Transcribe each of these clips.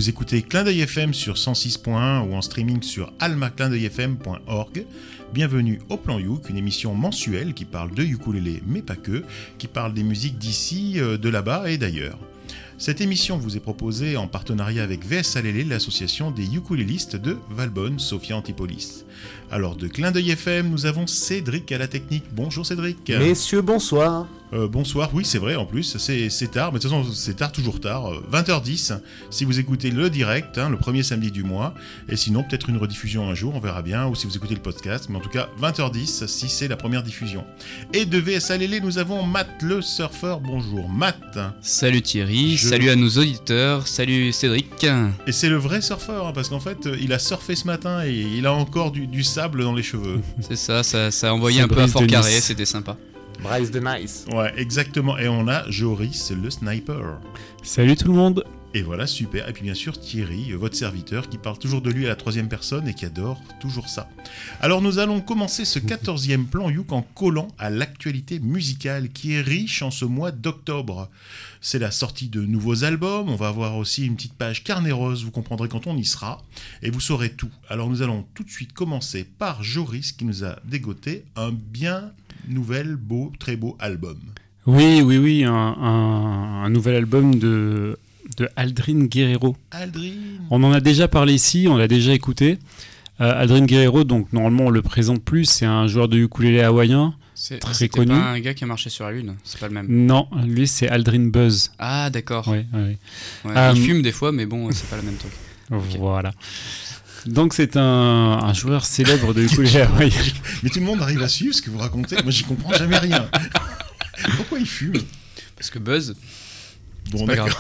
Vous écoutez Clin d'œil FM sur 106.1 ou en streaming sur almaclindeuilfm.org. Bienvenue au Plan Youk, une émission mensuelle qui parle de ukulélé, mais pas que, qui parle des musiques d'ici, de là-bas et d'ailleurs. Cette émission vous est proposée en partenariat avec VS Alélé, l'association des ukulélistes de Valbonne, Sophia Antipolis. Alors de Clin d'œil FM, nous avons Cédric à la technique. Bonjour Cédric. Messieurs, bonsoir. Bonsoir, oui c'est vrai en plus, c'est tard, mais de toute façon c'est tard, toujours tard, 20h10, si vous écoutez le direct, le premier samedi du mois, et sinon peut-être une rediffusion un jour, on verra bien, ou si vous écoutez le podcast, mais en tout cas 20h10 si c'est la première diffusion. Et de VS Alélé, nous avons Matt le surfeur. Bonjour Matt. Salut Thierry, salut à nos auditeurs, salut Cédric. Et c'est le vrai surfeur, parce qu'en fait il a surfé ce matin et il a encore du sable dans les cheveux. C'est ça a envoyé un peu à Fort-Carré, c'était sympa. Bryce the Nice. Ouais, exactement. Et on a Joris le sniper. Salut tout le monde. Et voilà, super. Et puis bien sûr Thierry, votre serviteur, qui parle toujours de lui à la troisième personne et qui adore toujours ça. Alors nous allons commencer ce 14e Plan Youk en collant à l'actualité musicale qui est riche en ce mois d'octobre. C'est la sortie de nouveaux albums, on va avoir aussi une petite page carnet rose, vous comprendrez quand on y sera, et vous saurez tout. Alors nous allons tout de suite commencer par Joris qui nous a dégoté un bien nouvel, très beau album. Oui, un nouvel album de Aldrin Guerrero. Aldrin. On en a déjà parlé ici, on l'a déjà écouté. Aldrin Guerrero, donc normalement on le présente plus, c'est un joueur de ukulélé hawaïen, très connu. C'est pas un gars qui a marché sur la Lune, c'est pas le même. Non, lui c'est Aldrin Buzz. Ah d'accord. Ouais. Il fume des fois, mais bon, c'est pas le même truc. Voilà. Donc c'est un joueur célèbre de ukulélé hawaïen. Mais tout le monde arrive à suivre ce que vous racontez, moi j'y comprends jamais rien. Pourquoi il fume ? Parce que Buzz... Bon, c'est pas grave.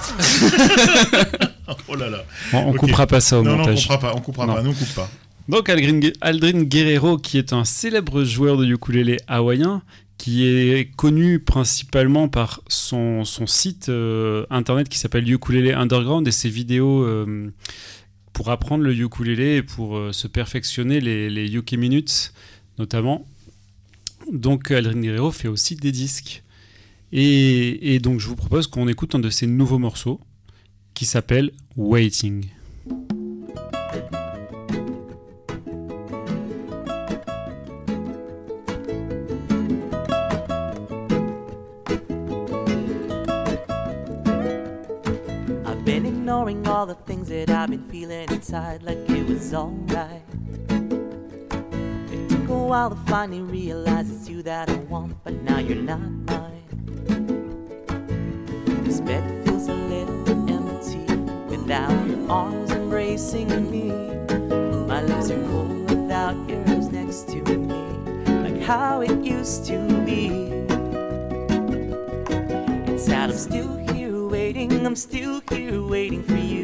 Oh là là. On coupera pas ça au montage. Non, on coupera pas, nous on coupe pas. Donc Aldrin Guerrero, qui est un célèbre joueur de ukulélé hawaïen, qui est connu principalement par son site internet qui s'appelle Ukulélé Underground et ses vidéos pour apprendre le ukulélé et pour se perfectionner les Uke Minutes notamment. Donc Aldrin Guerrero fait aussi des disques. Et donc je vous propose qu'on écoute un de ses nouveaux morceaux qui s'appelle Waiting. I've been ignoring all the things that I've been feeling inside like it was alright. It took a while to finally realize it's you that I want, but now you're not mine. This bed feels a little empty without your arms embracing me. My lips are cold without yours next to me, like how it used to be. It's sad I'm still here waiting, I'm still here waiting for you.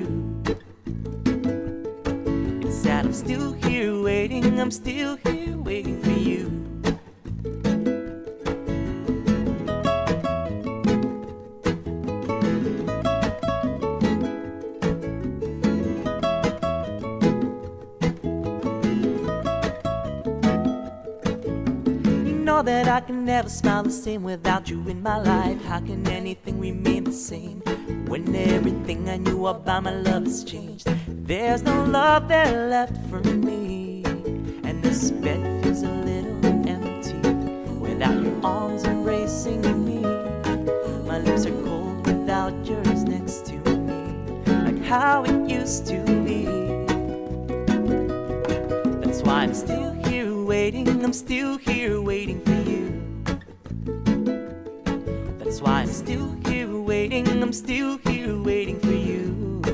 It's sad I'm still here waiting, I'm still here waiting for you. That I can never smile the same without you in my life. How can anything remain the same when everything I knew about my love has changed? There's no love there left for me, and this bed feels a little empty without your arms embracing me. My lips are cold without yours next to me, like how it used to be. That's why I'm still here waiting, I'm still here waiting for you. That's why I'm still here waiting, I'm still here waiting for you.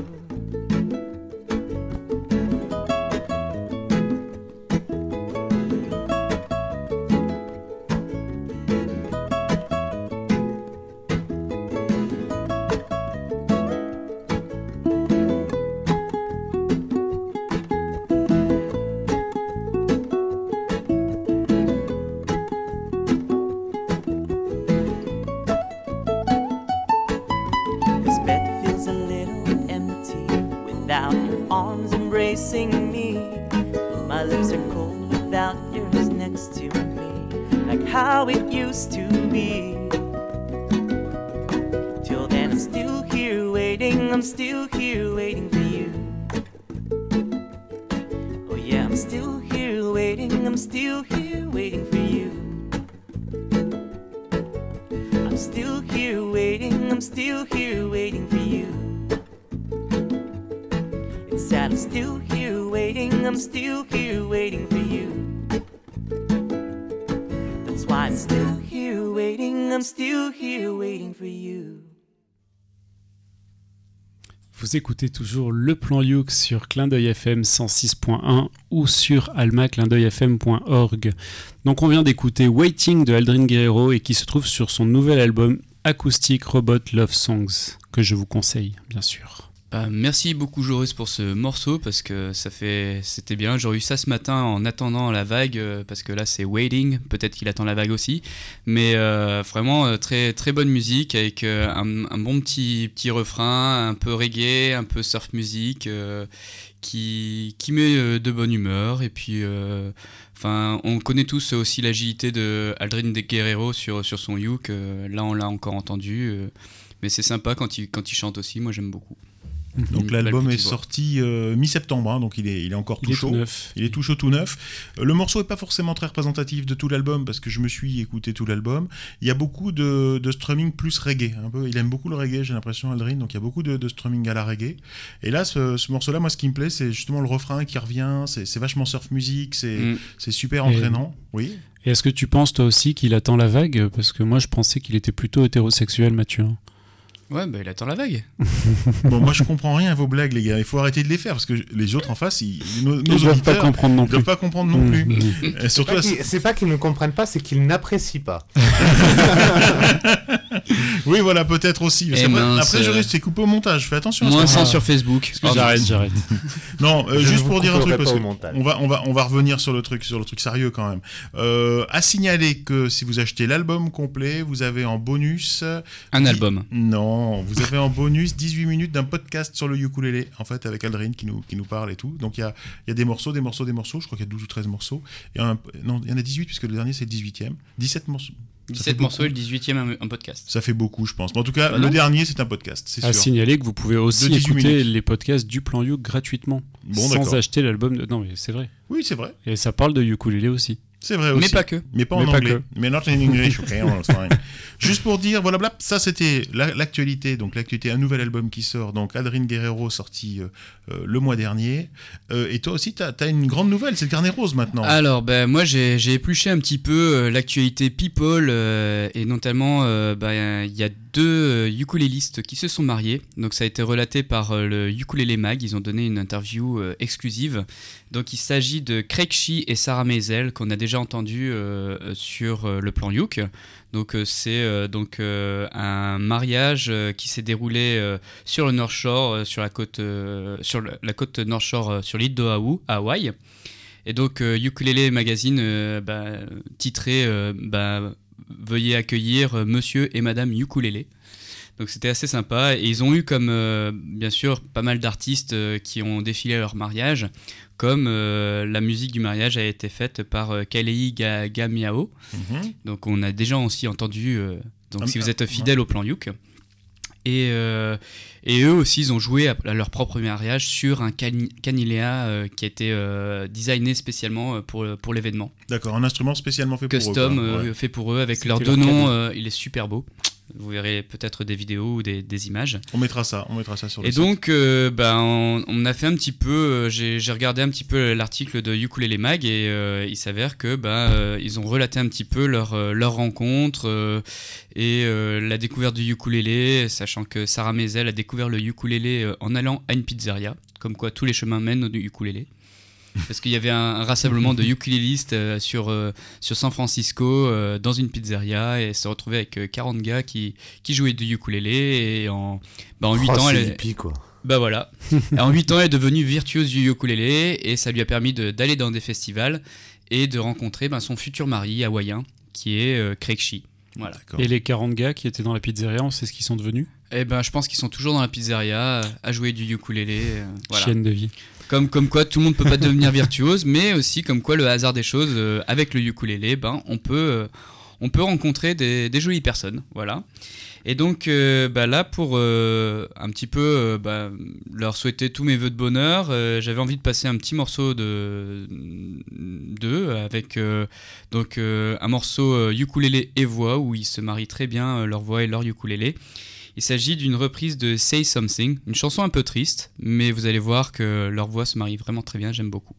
Embracing me, my lips are cold without yours next to me, like how it used to be. Till then I'm still here waiting, I'm still here waiting for you. still here waiting, I'm still here waiting for you. I'm still here waiting, I'm still here waiting for you. It's sad I'm still here waiting, I'm still here waiting for you. That's why I'm still here waiting, I'm still here waiting for you. Vous écoutez toujours le plan Youk sur Clin d'œil FM 106.1 ou sur almaclindeuilfm.org. Donc on vient d'écouter Waiting de Aldrin Guerrero et qui se trouve sur son nouvel album Acoustic Robot Love Songs, que je vous conseille bien sûr. Merci beaucoup Joris pour ce morceau parce que c'était bien. J'aurais eu ça ce matin en attendant la vague parce que là c'est Waiting, peut-être qu'il attend la vague aussi, mais vraiment très très bonne musique avec un bon petit refrain, un peu reggae, un peu surf music qui met de bonne humeur et puis on connaît tous aussi l'agilité de Aldrin Guerrero sur son Youk. Là on l'a encore entendu, mais c'est sympa quand il chante aussi. Moi j'aime beaucoup. Donc l'album est sorti mi-septembre, hein, donc il est encore tout chaud. Il est tout chaud, tout neuf. Le morceau n'est pas forcément très représentatif de tout l'album parce que je me suis écouté tout l'album. Il y a beaucoup de strumming plus reggae. Un peu. Il aime beaucoup le reggae, j'ai l'impression, Aldrin. Donc il y a beaucoup de strumming à la reggae. Et là, ce morceau-là, moi, ce qui me plaît, c'est justement le refrain qui revient. C'est vachement surf music. C'est super entraînant. Oui. Et est-ce que tu penses toi aussi qu'il attend la vague ? Parce que moi, je pensais qu'il était plutôt hétérosexuel, Mathieu. Ouais, il attend la vague. Bon, moi je comprends rien à vos blagues, les gars. Il faut arrêter de les faire parce que les autres en face, nos doivent pas comprendre non plus. Ils doivent pas comprendre non plus. Et surtout, c'est pas qu'ils ne comprennent pas, c'est qu'ils n'apprécient pas. Oui, voilà, peut-être aussi. Après, je risque de couper au montage. Fais attention. Moins 100 sur Facebook. J'arrête. Non, juste pour dire un truc parce que on va revenir sur le truc sérieux quand même. À signaler que si vous achetez l'album complet, vous avez en bonus un album. Non. Vous avez en bonus 18 minutes d'un podcast sur le ukulélé, en fait, avec Aldrin qui nous parle et tout. Donc il y a des morceaux. Je crois qu'il y a 12 ou 13 morceaux. Non, il y en a 18 puisque le dernier c'est le 18e. 17 morceaux. 17 morceaux et le 18e un podcast. Ça fait beaucoup, je pense. Mais en tout cas, le dernier c'est un podcast, c'est sûr. À signaler que vous pouvez aussi écouter les podcasts du plan Youk gratuitement, sans acheter l'album. Non, mais c'est vrai. Oui, c'est vrai. Et ça parle de ukulélé aussi. C'est vrai aussi. Mais pas que. Mais pas en anglais. Mais not in English, ok, it's fine. Juste pour dire, voilà, ça c'était l'actualité. Donc l'actualité, un nouvel album qui sort. Donc Aldrin Guerrero sorti le mois dernier. Et toi aussi, t'as une grande nouvelle, c'est le carnet rose maintenant. Alors, moi j'ai épluché un petit peu l'actualité people et notamment il y a 2 ukulélistes qui se sont mariés. Donc ça a été relaté par le Ukulele Mag. Ils ont donné une interview exclusive. Donc il s'agit de Craig Shee et Sarah Maisel qu'on a déjà entendu sur le plan Youk. Donc c'est un mariage qui s'est déroulé sur le North Shore, sur la côte North Shore, sur l'île d'Oahu, à Hawaï. Et donc Ukulele Magazine titré Veuillez accueillir Monsieur et Madame Ukulele. Donc c'était assez sympa et ils ont eu comme bien sûr pas mal d'artistes qui ont défilé à leur mariage, comme la musique du mariage a été faite par Kalei Gamiao. Donc on a déjà aussi entendu, si vous êtes fidèle au plan Youk. Et eux aussi, ils ont joué à leur propre mariage sur un canilea qui a été designé spécialement pour l'événement. D'accord, un instrument spécialement fait pour eux. Custom, fait pour eux, avec leurs 2 noms. Il est super beau. Vous verrez peut-être des vidéos ou des images. On mettra ça sur le site. Et donc, on a fait un petit peu... j'ai regardé un petit peu l'article de Ukulele Mag et il s'avère que ils ont relaté un petit peu leur rencontre et la découverte du ukulélé, sachant que Sarah Maisel a découvert le ukulélé en allant à une pizzeria, comme quoi tous les chemins mènent au ukulélé. Parce qu'il y avait un rassemblement de ukulélistes sur San Francisco dans une pizzeria et se retrouvaient avec 40 gars qui jouaient du ukulélé et en 8 ans c'est hippie, quoi. Voilà. En 8 ans elle est devenue virtuose du ukulélé et ça lui a permis d'aller dans des festivals et de rencontrer son futur mari hawaïen qui est Craig Shee. Voilà. Et les 40 gars qui étaient dans la pizzeria, on sait ce qu'ils sont devenus ? Je pense qu'ils sont toujours dans la pizzeria à jouer du ukulélé. Voilà. Chienne de vie. Comme quoi tout le monde peut pas devenir virtuose, mais aussi comme quoi le hasard des choses avec le ukulélé, on peut on peut rencontrer des jolies personnes, voilà. Et donc là, pour un petit peu leur souhaiter tous mes vœux de bonheur, j'avais envie de passer un petit morceau d'eux avec un morceau ukulélé et voix où ils se marient très bien, leur voix et leur ukulélé. Il s'agit d'une reprise de Say Something, une chanson un peu triste, mais vous allez voir que leur voix se marie vraiment très bien, j'aime beaucoup.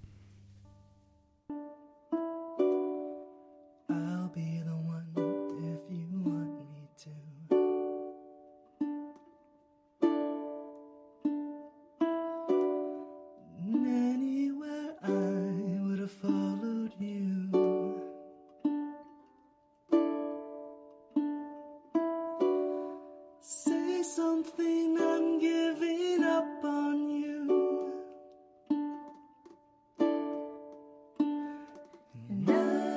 Something, I'm giving up on you. And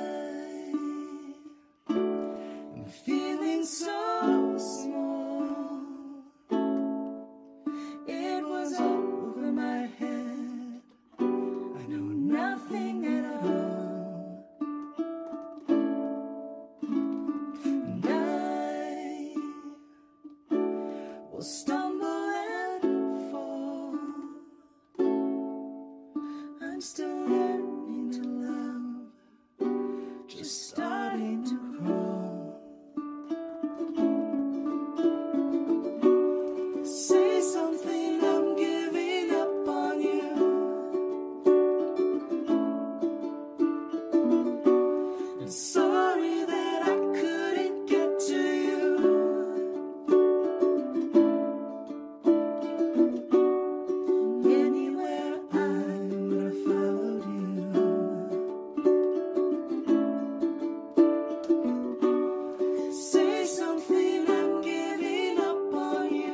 I'm feeling so small. It was over my head. I know nothing at all. And I will stumble and fall. I'm still learning to love, just starting to crawl. Say something, I'm giving up on you. I'm sorry that I couldn't get to you. Anywhere I would have followed you. Say something, I'm giving up on you.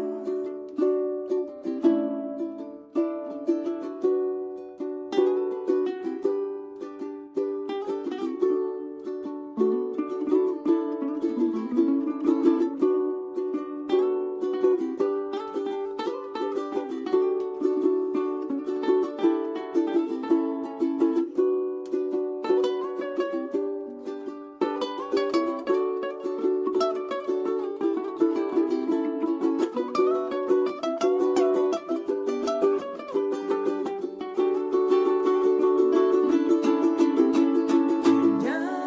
And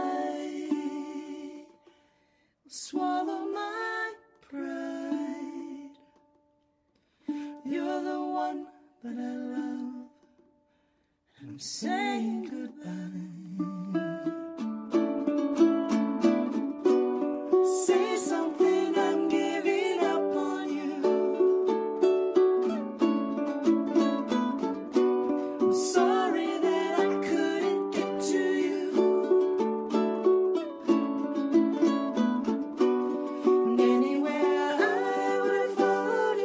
I swallow my pride. You're the one that I love, and I'm saying goodbye. Say something, I'm giving up on you. I'm sorry that I couldn't get to you. And anywhere I would have followed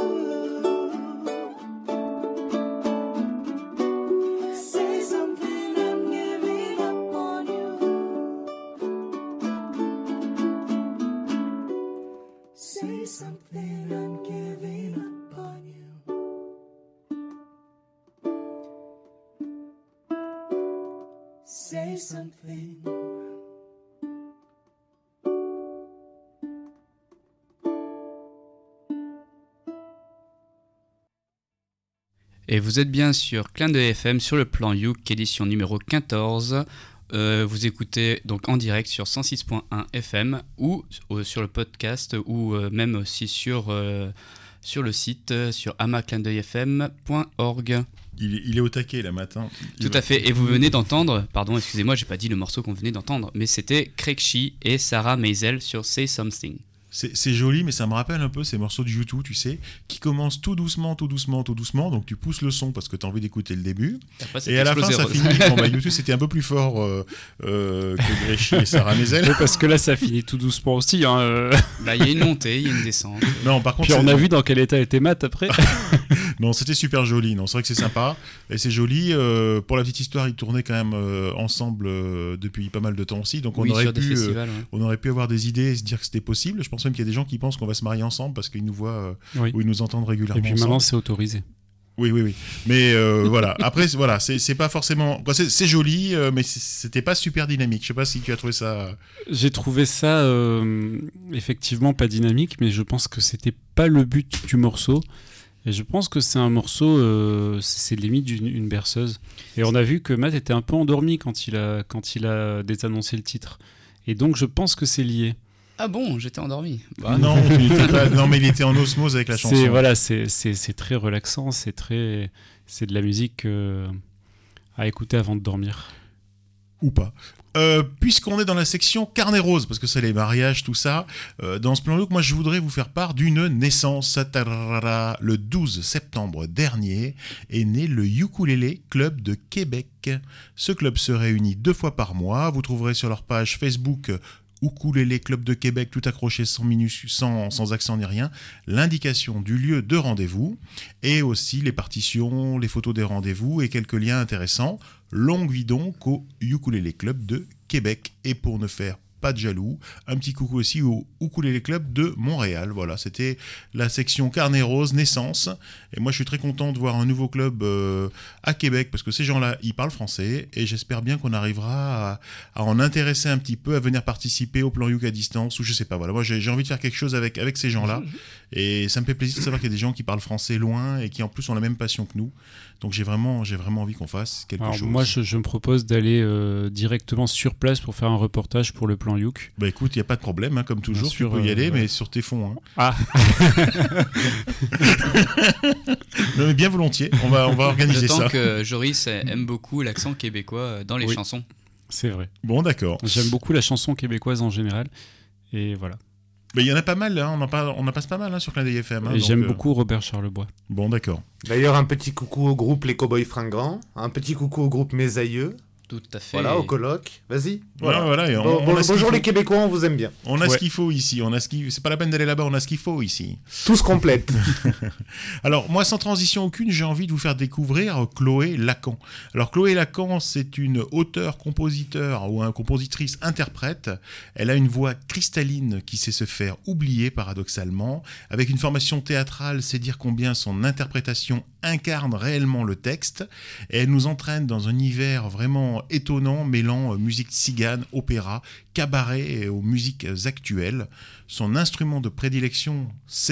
you. Say something, I'm giving up on you. Say something, I'm giving up on you. Say something. Et vous êtes bien sur Clin d'œil FM sur le plan Youk, édition numéro 14. Vous écoutez donc en direct sur 106.1 FM ou sur le podcast ou même aussi sur le site sur amaclindeuilfm.org. Il est au taquet là matin. Tout à fait. Et vous venez d'entendre, pardon, excusez-moi, j'ai pas dit le morceau qu'on venait d'entendre, mais c'était Craig Shee et Sarah Maisel sur Say Something. C'est joli, mais ça me rappelle un peu ces morceaux de U2, tu sais, qui commencent tout doucement, tout doucement, tout doucement. Donc tu pousses le son parce que tu as envie d'écouter le début. Et à la fin, ça finit. Bon, U2, c'était un peu plus fort que Craig Shee et Sarah Maisel. Oui, parce que là, ça finit tout doucement aussi. Hein. Bah, il y a une montée, il y a une descente. Non, par contre, Puis on a vu dans quel état était Matt après. Non, c'était super joli. Non, c'est vrai que c'est sympa. Et c'est joli. Pour la petite histoire, ils tournaient quand même ensemble depuis pas mal de temps aussi. Donc on aurait pu avoir des idées et se dire que c'était possible. Je pense même qu'il y a des gens qui pensent qu'on va se marier ensemble parce qu'ils nous voient ou ils nous entendent régulièrement. Et puis maintenant, c'est autorisé. Oui. Mais voilà. Après, voilà, c'est pas forcément. C'est joli, mais c'était pas super dynamique. Je sais pas si tu as trouvé ça. J'ai trouvé ça effectivement pas dynamique, mais je pense que c'était pas le but du morceau. Et je pense que c'est un morceau, c'est limite une berceuse. Et on a vu que Matt était un peu endormi quand il a désannoncé le titre. Et donc je pense que c'est lié. Ah bon, j'étais endormi. Non, non, mais il était en osmose avec la chanson. C'est très relaxant, c'est de la musique à écouter avant de dormir. Ou pas. Puisqu'on est dans la section carnet rose, parce que c'est les mariages, tout ça, dans ce plan look, moi je voudrais vous faire part d'une naissance. Le 12 septembre dernier est né le Ukulele Club de Québec. Ce club se réunit 2 fois par mois. Vous trouverez sur leur page Facebook Ukulele Club de Québec, tout accroché sans accent ni rien, l'indication du lieu de rendez-vous et aussi les partitions, les photos des rendez-vous et quelques liens intéressants. Longue vie donc au Ukulele Club de Québec. Et pour ne faire pas de jaloux, un petit coucou aussi au Ukulele Club de Montréal. Voilà, c'était la section carnet rose naissance. Et moi, je suis très content de voir un nouveau club à Québec parce que ces gens-là, ils parlent français et j'espère bien qu'on arrivera à en intéresser un petit peu, à venir participer au plan Uk à distance ou je sais pas. Voilà, moi, j'ai envie de faire quelque chose avec ces gens-là et ça me fait plaisir de savoir qu'il y a des gens qui parlent français loin et qui en plus ont la même passion que nous. Donc j'ai vraiment envie qu'on fasse quelque chose. Moi, je me propose d'aller directement sur place pour faire un reportage pour le plan Youk. Bah écoute, il n'y a pas de problème, hein, comme toujours, tu peux y aller, mais sur tes fonds. Hein. Ah Non, mais bien volontiers, on va organiser ça. D'autant que Joris aime beaucoup l'accent québécois dans les chansons. C'est vrai. Bon, d'accord. J'aime beaucoup la chanson québécoise en général. Et voilà. Mais il y en a pas mal, hein, on en passe pas mal sur Clin d'œil FM. Hein, et j'aime beaucoup Robert Charlebois. Bon, d'accord. D'ailleurs, un petit coucou au groupe Les Cowboys Fringants, un petit coucou au groupe Mes Aïeux. Tout à fait. Voilà, au colloque. Vas-y. Voilà. Et bonjour les Québécois, on vous aime bien. On a ce qu'il faut ici. C'est pas la peine d'aller là-bas, on a ce qu'il faut ici. Tout se complète. Alors, moi, sans transition aucune, j'ai envie de vous faire découvrir Chloé Lacan. Alors, Chloé Lacan, c'est une auteure, compositeur ou une compositrice interprète. Elle a une voix cristalline qui sait se faire oublier, paradoxalement. Avec une formation théâtrale, c'est dire combien son interprétation incarne réellement le texte. Et elle nous entraîne dans un univers vraiment étonnant, mêlant musique tzigane, opéra, cabaret et aux musiques actuelles. Son instrument de prédilection,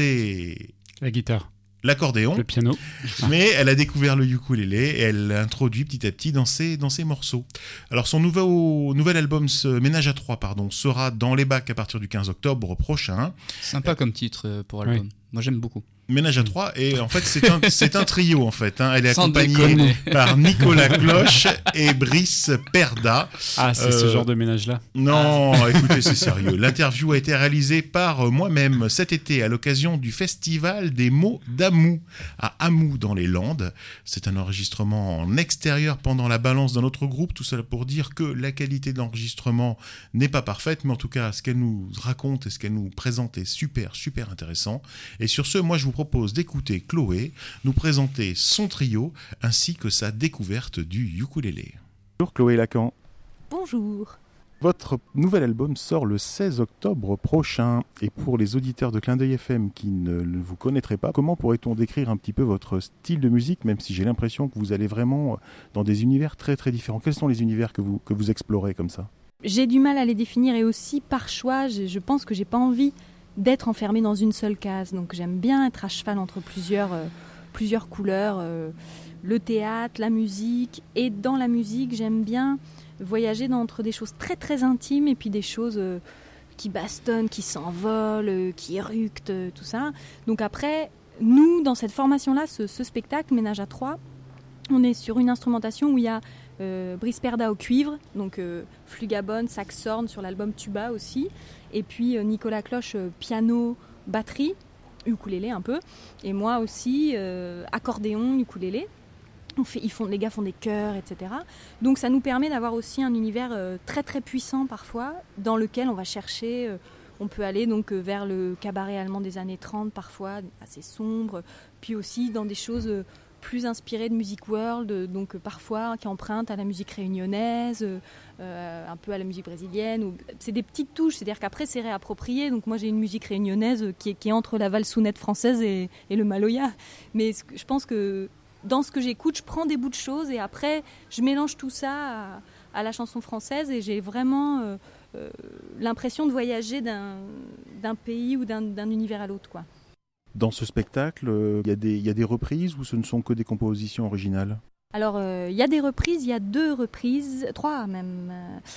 c'est la guitare, l'accordéon, le piano. Mais elle a découvert le ukulélé et elle l'introduit petit à petit dans ses morceaux. Alors son nouvel album, Ménage à 3, sera dans les bacs à partir du 15 octobre prochain. Sympa comme titre pour album. Oui. Moi j'aime beaucoup. Ménage à 3 et en fait c'est un trio en fait. Hein. Elle est accompagnée par Nicolas Cloche et Brice Perda. Ah, c'est ce genre de ménage là. Non, écoutez, c'est sérieux. L'interview a été réalisée par moi-même cet été à l'occasion du festival des mots d'Amou à Amou dans les Landes. C'est un enregistrement en extérieur pendant la balance d'un autre groupe. Tout cela pour dire que la qualité de l'enregistrement n'est pas parfaite, mais en tout cas ce qu'elle nous raconte et ce qu'elle nous présente est super intéressant. Et sur ce, moi je vous propose d'écouter Chloé nous présenter son trio ainsi que sa découverte du ukulélé. Bonjour Chloé Lacan. Bonjour. Votre nouvel album sort le 16 octobre prochain et pour les auditeurs de Clin d'œil FM qui ne vous connaîtraient pas, comment pourrait-on décrire un petit peu votre style de musique, même si j'ai l'impression que vous allez vraiment dans des univers très différents. Quels sont les univers que vous explorez comme ça ? J'ai du mal à les définir et aussi par choix, je pense que j'ai pas envie d'être enfermée dans une seule case. Donc j'aime bien être à cheval entre plusieurs couleurs, le théâtre, la musique. Et dans la musique, j'aime bien voyager entre des choses très intimes et puis des choses qui bastonnent, qui s'envolent, qui éructent, tout ça. Donc après, nous, dans cette formation-là, ce spectacle, Ménage à 3, on est sur une instrumentation où il y a Brice Perda au cuivre, donc flugabone, saxhorn sur l'album Tuba aussi, et puis Nicolas Cloche piano, batterie, ukulélé un peu, et moi aussi accordéon, ukulélé. Les gars font des chœurs, etc. Donc ça nous permet d'avoir aussi un univers très puissant parfois, dans lequel on va chercher, on peut aller donc vers le cabaret allemand des années 30 parfois, assez sombre, puis aussi dans des choses plus inspiré de music world, donc parfois qui empruntent à la musique réunionnaise, un peu à la musique brésilienne. C'est des petites touches, c'est-à-dire qu'après c'est réapproprié. Donc moi j'ai une musique réunionnaise qui est entre la valsounette française et le maloya. Mais je pense que dans ce que j'écoute, je prends des bouts de choses et après, je mélange tout ça à la chanson française et j'ai vraiment l'impression de voyager d'un pays ou d'un univers à l'autre, quoi. Dans ce spectacle, il y a des reprises ou ce ne sont que des compositions originales ? Alors, il y a des reprises, il y a 2 reprises, 3 même.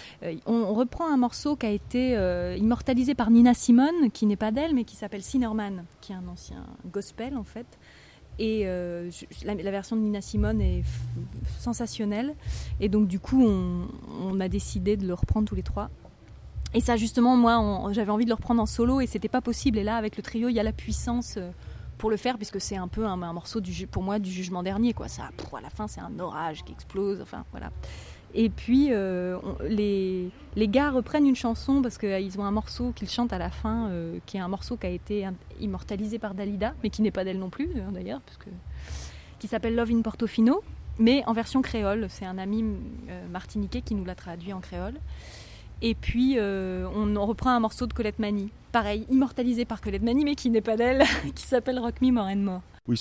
On reprend un morceau qui a été immortalisé par Nina Simone, qui n'est pas d'elle, mais qui s'appelle Sinnerman, qui est un ancien gospel en fait. Et la version de Nina Simone est sensationnelle. Et donc, du coup, on a décidé de le reprendre tous les 3. Et ça, justement, moi, j'avais envie de le reprendre en solo et c'était pas possible. Et là, avec le trio, il y a la puissance pour le faire, puisque c'est un peu un morceau pour moi du Jugement Dernier, quoi. Ça, à la fin, c'est un orage qui explose, enfin voilà. Et puis les gars reprennent une chanson parce qu'ils ont un morceau qu'ils chantent à la fin, qui est un morceau qui a été immortalisé par Dalida, mais qui n'est pas d'elle non plus d'ailleurs, qui s'appelle Love in Portofino, mais en version créole. C'est un ami martiniquais qui nous l'a traduit en créole. Et puis on reprend un morceau de Colette Mani, pareil, immortalisé par Colette Mani, mais qui n'est pas d'elle, qui s'appelle Rock Me More and More. Oui,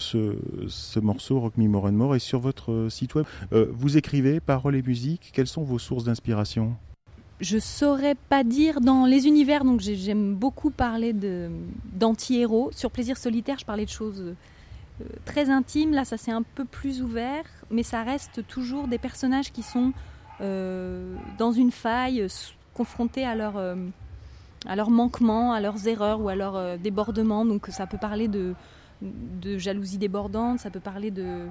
ce morceau, Rock Me More and More, est sur votre site web. Vous écrivez paroles et musique. Quelles sont vos sources d'inspiration ? Je saurais pas dire dans les univers, donc j'aime beaucoup parler d'anti-héros. Sur Plaisir Solitaire, je parlais de choses très intimes. Là, ça c'est un peu plus ouvert, mais ça reste toujours des personnages qui sont dans une faille, confrontés à leurs manquements, à leurs erreurs ou à leurs débordements. Donc ça peut parler de jalousie débordante, ça peut parler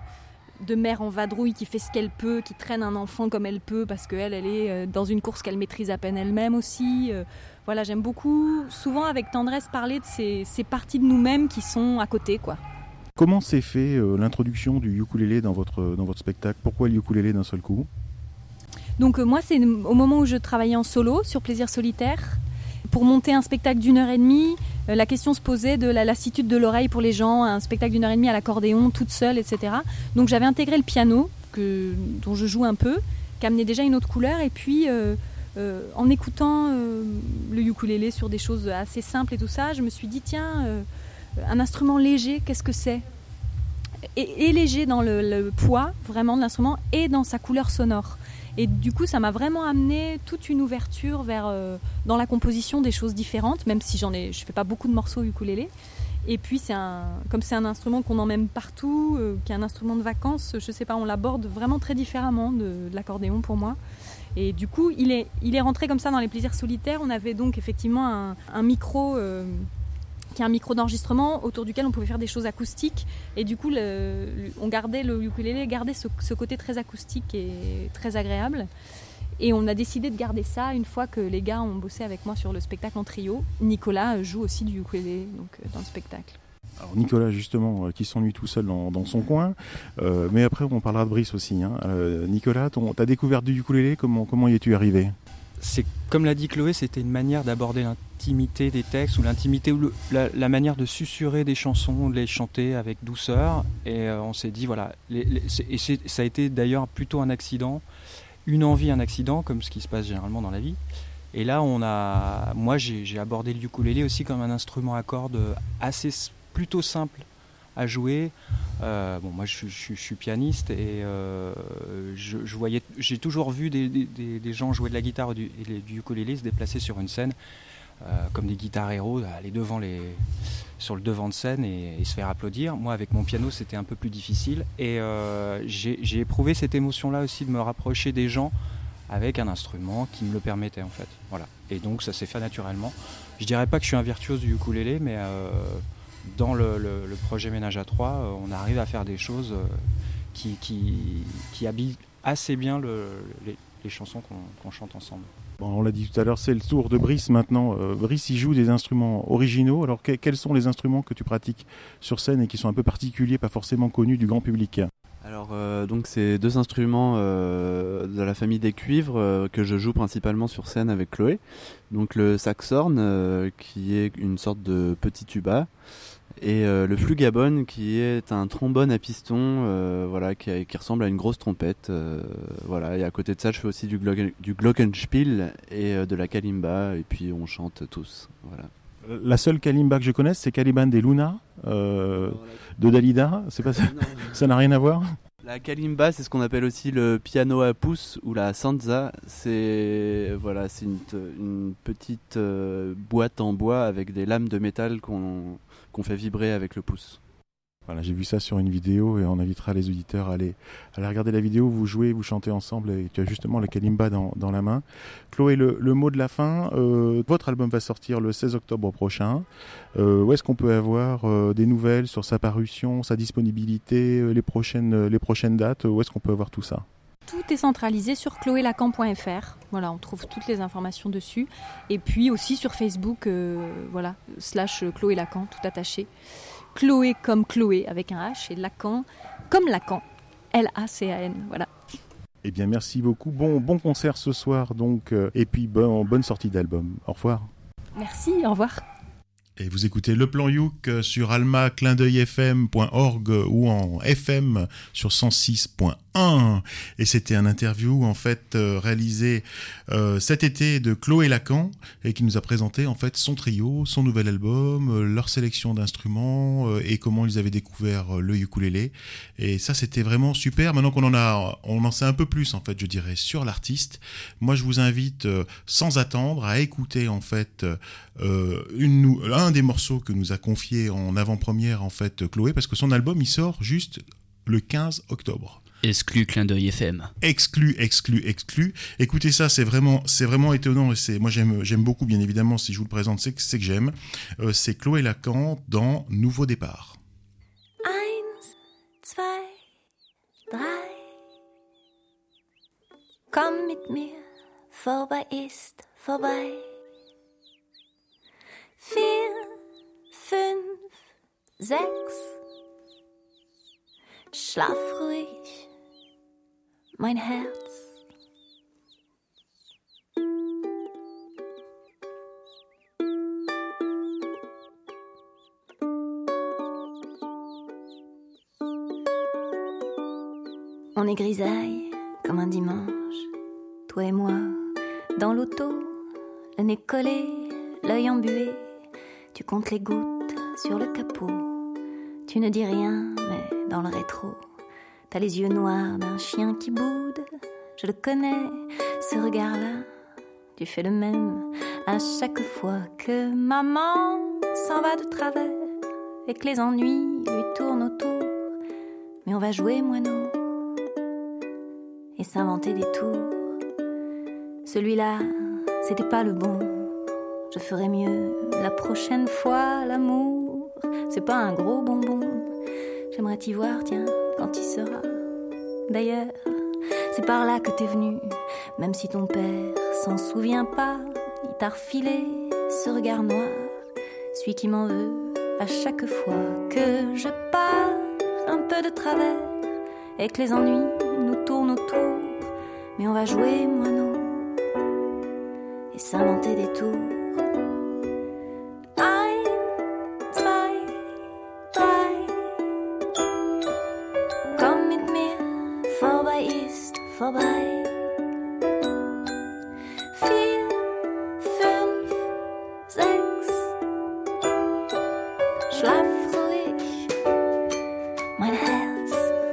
de mère en vadrouille qui fait ce qu'elle peut, qui traîne un enfant comme elle peut parce qu'elle est dans une course qu'elle maîtrise à peine elle-même aussi. Voilà, j'aime beaucoup, souvent avec tendresse, parler de ces parties de nous-mêmes qui sont à côté, quoi. Comment s'est fait l'introduction du ukulélé dans votre spectacle ? Pourquoi le ukulélé d'un seul coup ? Donc moi, c'est au moment où je travaillais en solo sur Plaisir Solitaire. Pour monter un spectacle d'1h30, la question se posait de la lassitude de l'oreille pour les gens, un spectacle d'1h30 à l'accordéon, toute seule, etc. Donc j'avais intégré le piano, dont je joue un peu, qui amenait déjà une autre couleur. Et puis, en écoutant le ukulélé sur des choses assez simples et tout ça, je me suis dit, tiens, un instrument léger, qu'est-ce que c'est ? Et léger dans le poids, vraiment, de l'instrument, et dans sa couleur sonore. Et du coup, ça m'a vraiment amené toute une ouverture vers dans la composition des choses différentes, même si je fais pas beaucoup de morceaux ukulélé. Et puis, comme c'est un instrument qu'on emmène partout, qui est un instrument de vacances, je sais pas, on l'aborde vraiment très différemment de l'accordéon pour moi. Et du coup, il est rentré comme ça dans les Plaisirs Solitaires. On avait donc effectivement un micro qui est un micro d'enregistrement autour duquel on pouvait faire des choses acoustiques. Et du coup, le ukulélé gardait ce côté très acoustique et très agréable. Et on a décidé de garder ça une fois que les gars ont bossé avec moi sur le spectacle en trio. Nicolas joue aussi du ukulélé dans le spectacle. Alors Nicolas, justement, qui s'ennuie tout seul dans son coin. Mais après, on parlera de Brice aussi. Nicolas, ta découverte du ukulélé, comment y es-tu arrivé ? C'est comme l'a dit Chloé, c'était une manière d'aborder l'intimité des textes, ou l'intimité ou la manière de susurrer des chansons, de les chanter avec douceur. Et on s'est dit, voilà, ça a été d'ailleurs plutôt un accident, une envie, un accident, comme ce qui se passe généralement dans la vie. Et là, moi j'ai abordé le ukulélé aussi comme un instrument à cordes plutôt simple à jouer. Moi je suis pianiste et j'ai toujours vu des gens jouer de la guitare et du ukulélé se déplacer sur une scène comme des guitares héros, aller sur le devant de scène et se faire applaudir. Moi avec mon piano c'était un peu plus difficile et j'ai éprouvé cette émotion là aussi de me rapprocher des gens avec un instrument qui me le permettait en fait. Voilà. Et donc ça s'est fait naturellement. Je dirais pas que je suis un virtuose du ukulélé, mais dans le projet Ménage à 3, on arrive à faire des choses qui habillent assez bien les chansons qu'on chante ensemble. Bon, on l'a dit tout à l'heure, c'est le tour de Brice maintenant. Brice, il joue des instruments originaux. Alors quels sont les instruments que tu pratiques sur scène et qui sont un peu particuliers, pas forcément connus du grand public ? Alors donc c'est 2 instruments de la famille des cuivres que je joue principalement sur scène avec Chloé. Donc le saxhorn qui est une sorte de petit tuba et le flugabone qui est un trombone à piston qui ressemble à une grosse trompette. Et à côté de ça je fais aussi du glockenspiel et de la kalimba et puis on chante tous. Voilà. La seule kalimba que je connaisse, c'est Caliban des Luna, de Dalida. C'est pas ça. Ça n'a rien à voir. La kalimba, c'est ce qu'on appelle aussi le piano à pouce ou la sanza. C'est une petite boîte en bois avec des lames de métal qu'on fait vibrer avec le pouce. Voilà, j'ai vu ça sur une vidéo et on invitera les auditeurs à aller regarder la vidéo. Vous jouez, vous chantez ensemble et tu as justement la kalimba dans la main. Chloé, le mot de la fin. Votre album va sortir le 16 octobre prochain. Où est-ce qu'on peut avoir des nouvelles sur sa parution, sa disponibilité, les prochaines dates? Où est-ce qu'on peut avoir tout ça? Tout est centralisé sur chloélacan.fr. Voilà, on trouve toutes les informations dessus. Et puis aussi sur Facebook, / Chloé Lacan, tout attaché. Chloé comme Chloé avec un H et Lacan comme Lacan, Lacan. Voilà. Eh bien, merci beaucoup. Bon concert ce soir donc, et puis bonne sortie d'album. Au revoir. Merci, au revoir. Et vous écoutez Le Plan Youk sur alma-clindeuilfm.org ou en FM sur 106.1. Et c'était un interview en fait réalisé cet été de Chloé Lacan et qui nous a présenté en fait son trio, son nouvel album, leur sélection d'instruments et comment ils avaient découvert le ukulélé. Et ça c'était vraiment super. Maintenant qu'on on en sait un peu plus en fait, je dirais, sur l'artiste. Moi je vous invite sans attendre à écouter en fait un des morceaux que nous a confié en avant-première en fait Chloé, parce que son album il sort juste le 15 octobre. Exclu Clin d'œil FM. Exclu. Écoutez ça, c'est vraiment étonnant et moi j'aime beaucoup, bien évidemment, si je vous le présente, c'est que j'aime. C'est Chloé Lacan dans Nouveau Départ. 1, 2, 3. Komm mit mir, vorbei ist vorbei. 4, 5, 6. Schlaf ruhig, mein Herz. On est grisaille comme un dimanche, toi et moi, dans l'auto, le nez collé, l'œil embué. Tu comptes les gouttes sur le capot. Tu ne dis rien, mais dans le rétro, t'as les yeux noirs d'un chien qui boude. Je le connais, ce regard-là. Tu fais le même à chaque fois que maman s'en va de travers et que les ennuis lui tournent autour. Mais on va jouer moineau et s'inventer des tours. Celui-là, c'était pas le bon. Je ferai mieux la prochaine fois, l'amour. C'est pas un gros bonbon. J'aimerais t'y voir, tiens, quand il sera. D'ailleurs, c'est par là que t'es venu. Même si ton père s'en souvient pas, il t'a refilé ce regard noir. Celui qui m'en veut à chaque fois que je pars un peu de travers et que les ennuis nous tournent autour. Mais on va jouer moineau et s'inventer des tours. 1, 2, 3. Komm mit mir, vorbei ist vorbei. 4, 5, 6. Schlaf ruhig, mein Herz.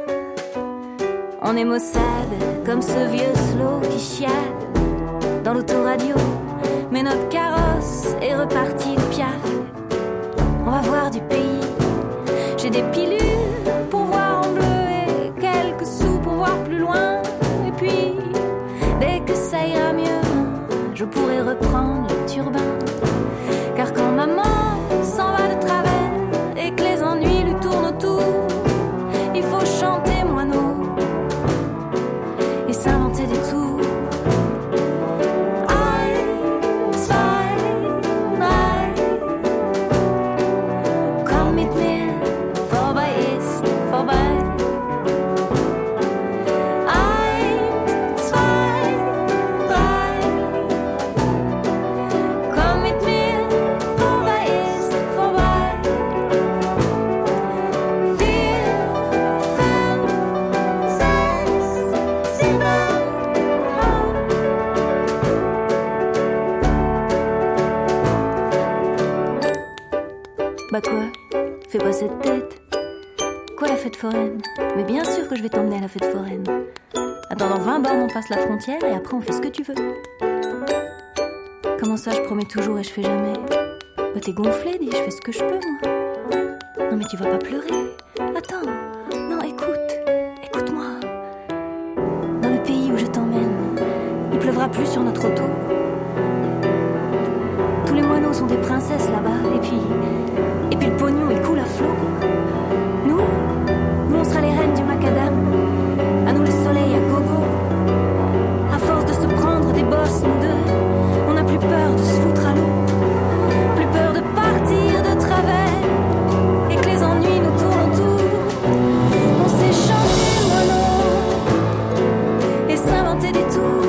On est maussade comme ce vieux slow qui chiale dans l'autoradio. Mais notre carrosse est reparti de Piaf. On va voir du pays. J'ai des pilules pour voir en bleu et quelques sous pour voir plus loin. Et puis, dès que ça ira mieux, je pourrai reprendre le turbin. Car quand maman s'en va de travers et que les ennuis lui tournent autour, il faut chanter moineau et s'inventer des tours. Ein, zwei, drei. Bah quoi? Fais pas cette tête. Quoi la fête foraine? Mais bien sûr que je vais t'emmener à la fête foraine. Attends, dans 20 bornes on passe la frontière et après on fait ce que tu veux. Comment ça je promets toujours et je fais jamais? Bah t'es gonflé, dis, je fais ce que je peux moi. Non mais tu vas pas pleurer. Attends, non écoute-moi. Dans le pays où je t'emmène, il pleuvra plus sur notre auto. Tous les moineaux sont des princesses là-bas. Et puis le pognon il coule à flot. Nous on sera les reines du macadam. À nous le soleil à gogo. À force de se prendre des bosses, nous deux, on n'a plus peur de se foutre à l'eau. Plus peur de partir de travers et que les ennuis nous tournent autour. On sait chanter mono et s'inventer des tours.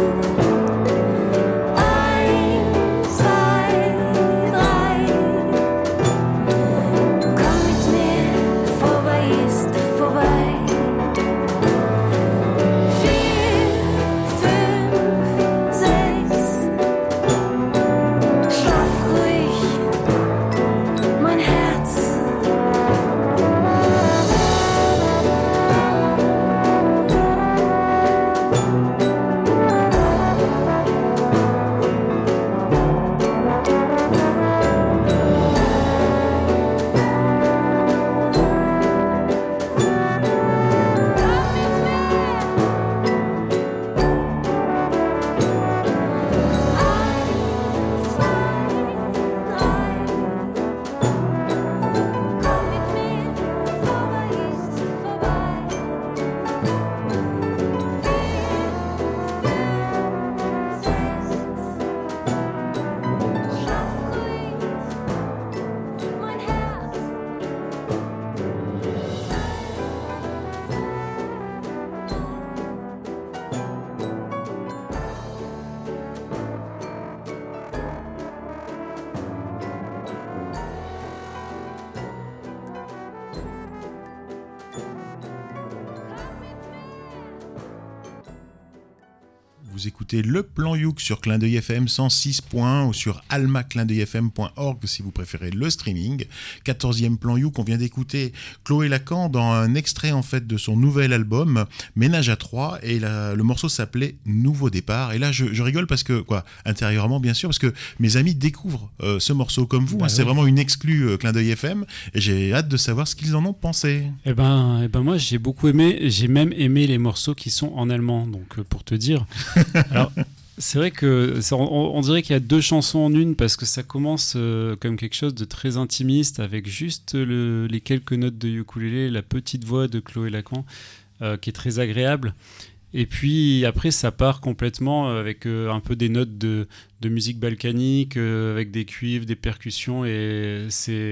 Vous écoutez le plan Youk sur Clin d'œil FM 106.1 ou sur almaclindeuilfm.org si vous préférez le streaming. 14e plan Youk, on vient d'écouter Chloé Lacan dans un extrait en fait de son nouvel album Ménage à 3 et le morceau s'appelait Nouveau départ. Et là je rigole parce que, intérieurement bien sûr, parce que mes amis découvrent ce morceau comme vous. C'est vraiment une exclue Clin d'œil FM et j'ai hâte de savoir ce qu'ils en ont pensé. Eh ben moi j'ai beaucoup aimé, j'ai même aimé les morceaux qui sont en allemand, donc pour te dire. Alors, c'est vrai que on dirait qu'il y a deux chansons en une parce que ça commence comme quelque chose de très intimiste avec juste les quelques notes de ukulélé, la petite voix de Chloé Lacan qui est très agréable. Et puis après ça part complètement avec un peu des notes de musique balkanique, avec des cuivres, des percussions et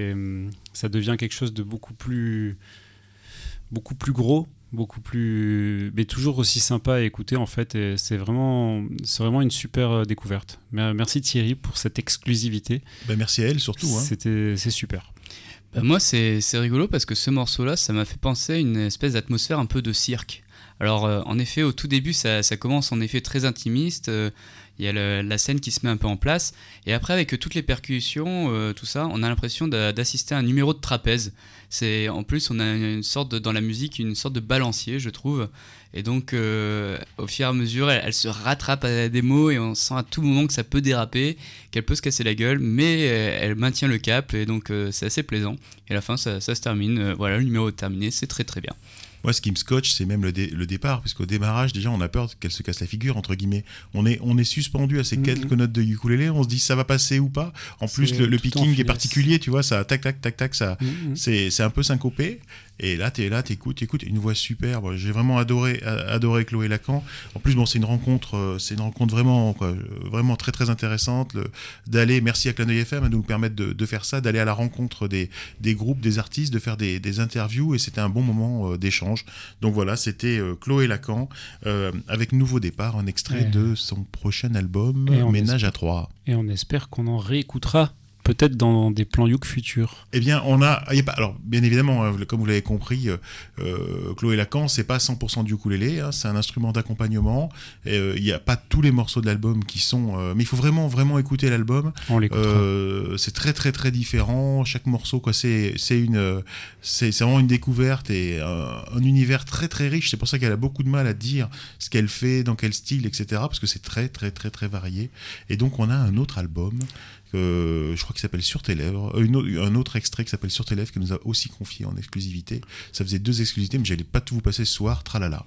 ça devient quelque chose de beaucoup plus gros. Beaucoup plus, mais toujours aussi sympa à écouter en fait, et c'est vraiment une super découverte. Merci Thierry pour cette exclusivité. Merci à elle surtout. C'est super. Moi c'est rigolo parce que ce morceau-là, ça m'a fait penser à une espèce d'atmosphère un peu de cirque. Alors en effet, au tout début, ça commence en effet très intimiste. Il y a la scène qui se met un peu en place. Et après, avec toutes les percussions, tout ça, on a l'impression d'assister à un numéro de trapèze. En plus, on a dans la musique, une sorte de balancier, je trouve. Et donc, au fur et à mesure, elle se rattrape à des mots et on sent à tout moment que ça peut déraper, qu'elle peut se casser la gueule, mais elle maintient le cap. Et donc, c'est assez plaisant. Et à la fin, ça se termine. Voilà, le numéro est terminé. C'est très, très bien. Moi, ce qui me scotche, c'est même le départ, parce qu'au démarrage, déjà, on a peur qu'elle se casse la figure, entre guillemets. On est suspendu à ces quelques notes de ukulélé, on se dit ça va passer ou pas. En plus, le picking est particulier, tu vois, ça tac tac tac tac, ça, c'est un peu syncopé. Et là, t'écoutes, une voix superbe. J'ai vraiment adoré Chloé Lacan. En plus, c'est une rencontre vraiment, vraiment très très intéressante. D'aller, merci à Clin d'œil FM de nous permettre de faire ça, d'aller à la rencontre des groupes, des artistes, de faire des interviews, et c'était un bon moment d'échange. Donc voilà, c'était Chloé Lacan avec Nouveau départ, un extrait de son prochain album Ménage à 3. Et on espère qu'on en réécoutera peut-être dans des plans Youk futurs? Eh bien, alors, bien évidemment, comme vous l'avez compris, Chloé Lacan, c'est pas 100% du ukulélé, hein, c'est un instrument d'accompagnement. Il n'y a pas tous les morceaux de l'album qui sont... mais il faut vraiment, vraiment écouter l'album. On l'écoutera. C'est très, très, très différent. Chaque morceau, quoi, c'est vraiment une découverte et un univers très, très riche. C'est pour ça qu'elle a beaucoup de mal à dire ce qu'elle fait, dans quel style, etc. Parce que c'est très, très, très, très varié. Et donc, on a un autre album... je crois qu'il s'appelle Sur tes lèvres, un autre extrait qui s'appelle Sur tes lèvres, qui nous a aussi confié en exclusivité. Ça faisait 2 exclusivités, mais j'allais pas tout vous passer ce soir, tralala.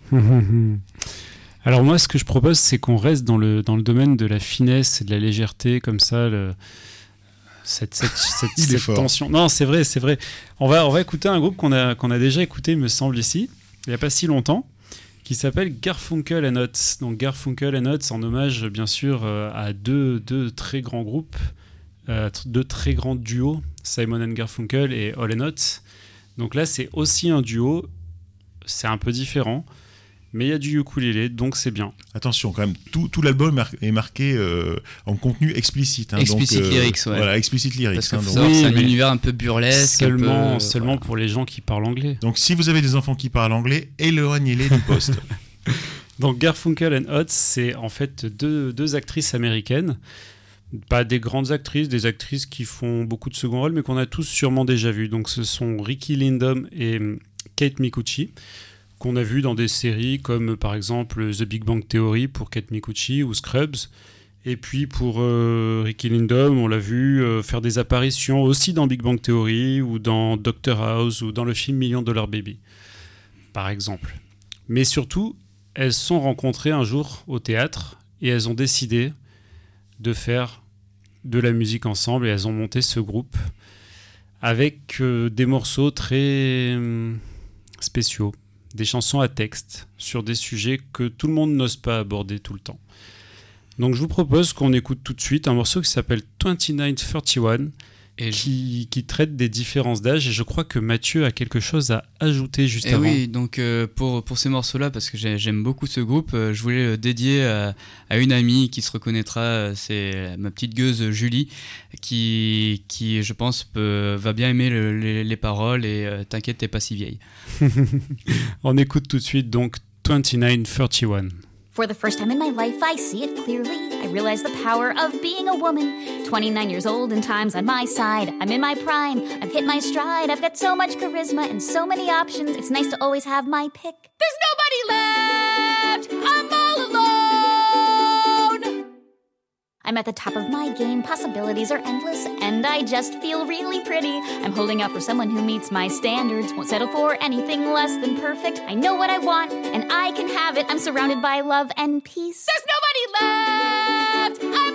Alors moi, ce que je propose, c'est qu'on reste dans le domaine de la finesse et de la légèreté, comme ça, cette tension. Non, c'est vrai. On va écouter un groupe qu'on a déjà écouté, me semble, ici, il n'y a pas si longtemps, qui s'appelle Garfunkel and Oates. Donc Garfunkel and Oates en hommage, bien sûr, à deux très grands groupes, 2 très grands duos, Simon and Garfunkel et Hall & Oates. Donc là, c'est aussi un duo, c'est un peu différent, mais il y a du ukulélé, donc c'est bien. Attention, quand même, tout l'album est marqué en contenu explicite. Hein, explicite donc, lyrics, ouais. Voilà, explicite lyrics. Parce que hein, faut donc. savoir que c'est un univers un peu burlesque. Seulement voilà. pour les gens qui parlent anglais. Donc si vous avez des enfants qui parlent anglais, éloignez-les du poste. Donc Garfunkel and Oates, c'est en fait deux actrices américaines. Pas des grandes actrices, des actrices qui font beaucoup de second rôle, mais qu'on a tous sûrement déjà vues. Donc ce sont Rikki Lindhome et Kate Micucci, qu'on a vu dans des séries comme par exemple The Big Bang Theory pour Kate Micucci ou Scrubs. Et puis pour Rikki Lindhome, on l'a vu faire des apparitions aussi dans Big Bang Theory ou dans Doctor House ou dans le film $1 Million Baby, par exemple. Mais surtout, elles se sont rencontrées un jour au théâtre et elles ont décidé de faire de la musique ensemble et elles ont monté ce groupe avec des morceaux très spéciaux, des chansons à texte sur des sujets que tout le monde n'ose pas aborder tout le temps. Donc je vous propose qu'on écoute tout de suite un morceau qui s'appelle 2931 et qui traite des différences d'âge, et je crois que Mathieu a quelque chose à ajouter juste avant. Oui, donc pour ces morceaux-là, parce que j'aime beaucoup ce groupe, je voulais le dédier à une amie qui se reconnaîtra, c'est ma petite gueuse Julie, qui je pense va bien aimer les paroles, et t'inquiète, t'es pas si vieille. On écoute tout de suite donc 2931. For the first time in my life, I see it clearly. I realize the power of being a woman. 29 years old and time's on my side. I'm in my prime, I've hit my stride. I've got so much charisma and so many options. It's nice to always have my pick. There's nobody left, I'm all alone. I'm at the top of my game, possibilities are endless, and I just feel really pretty. I'm holding out for someone who meets my standards, won't settle for anything less than perfect. I know what I want, and I can have it. I'm surrounded by love and peace. There's nobody left, I'm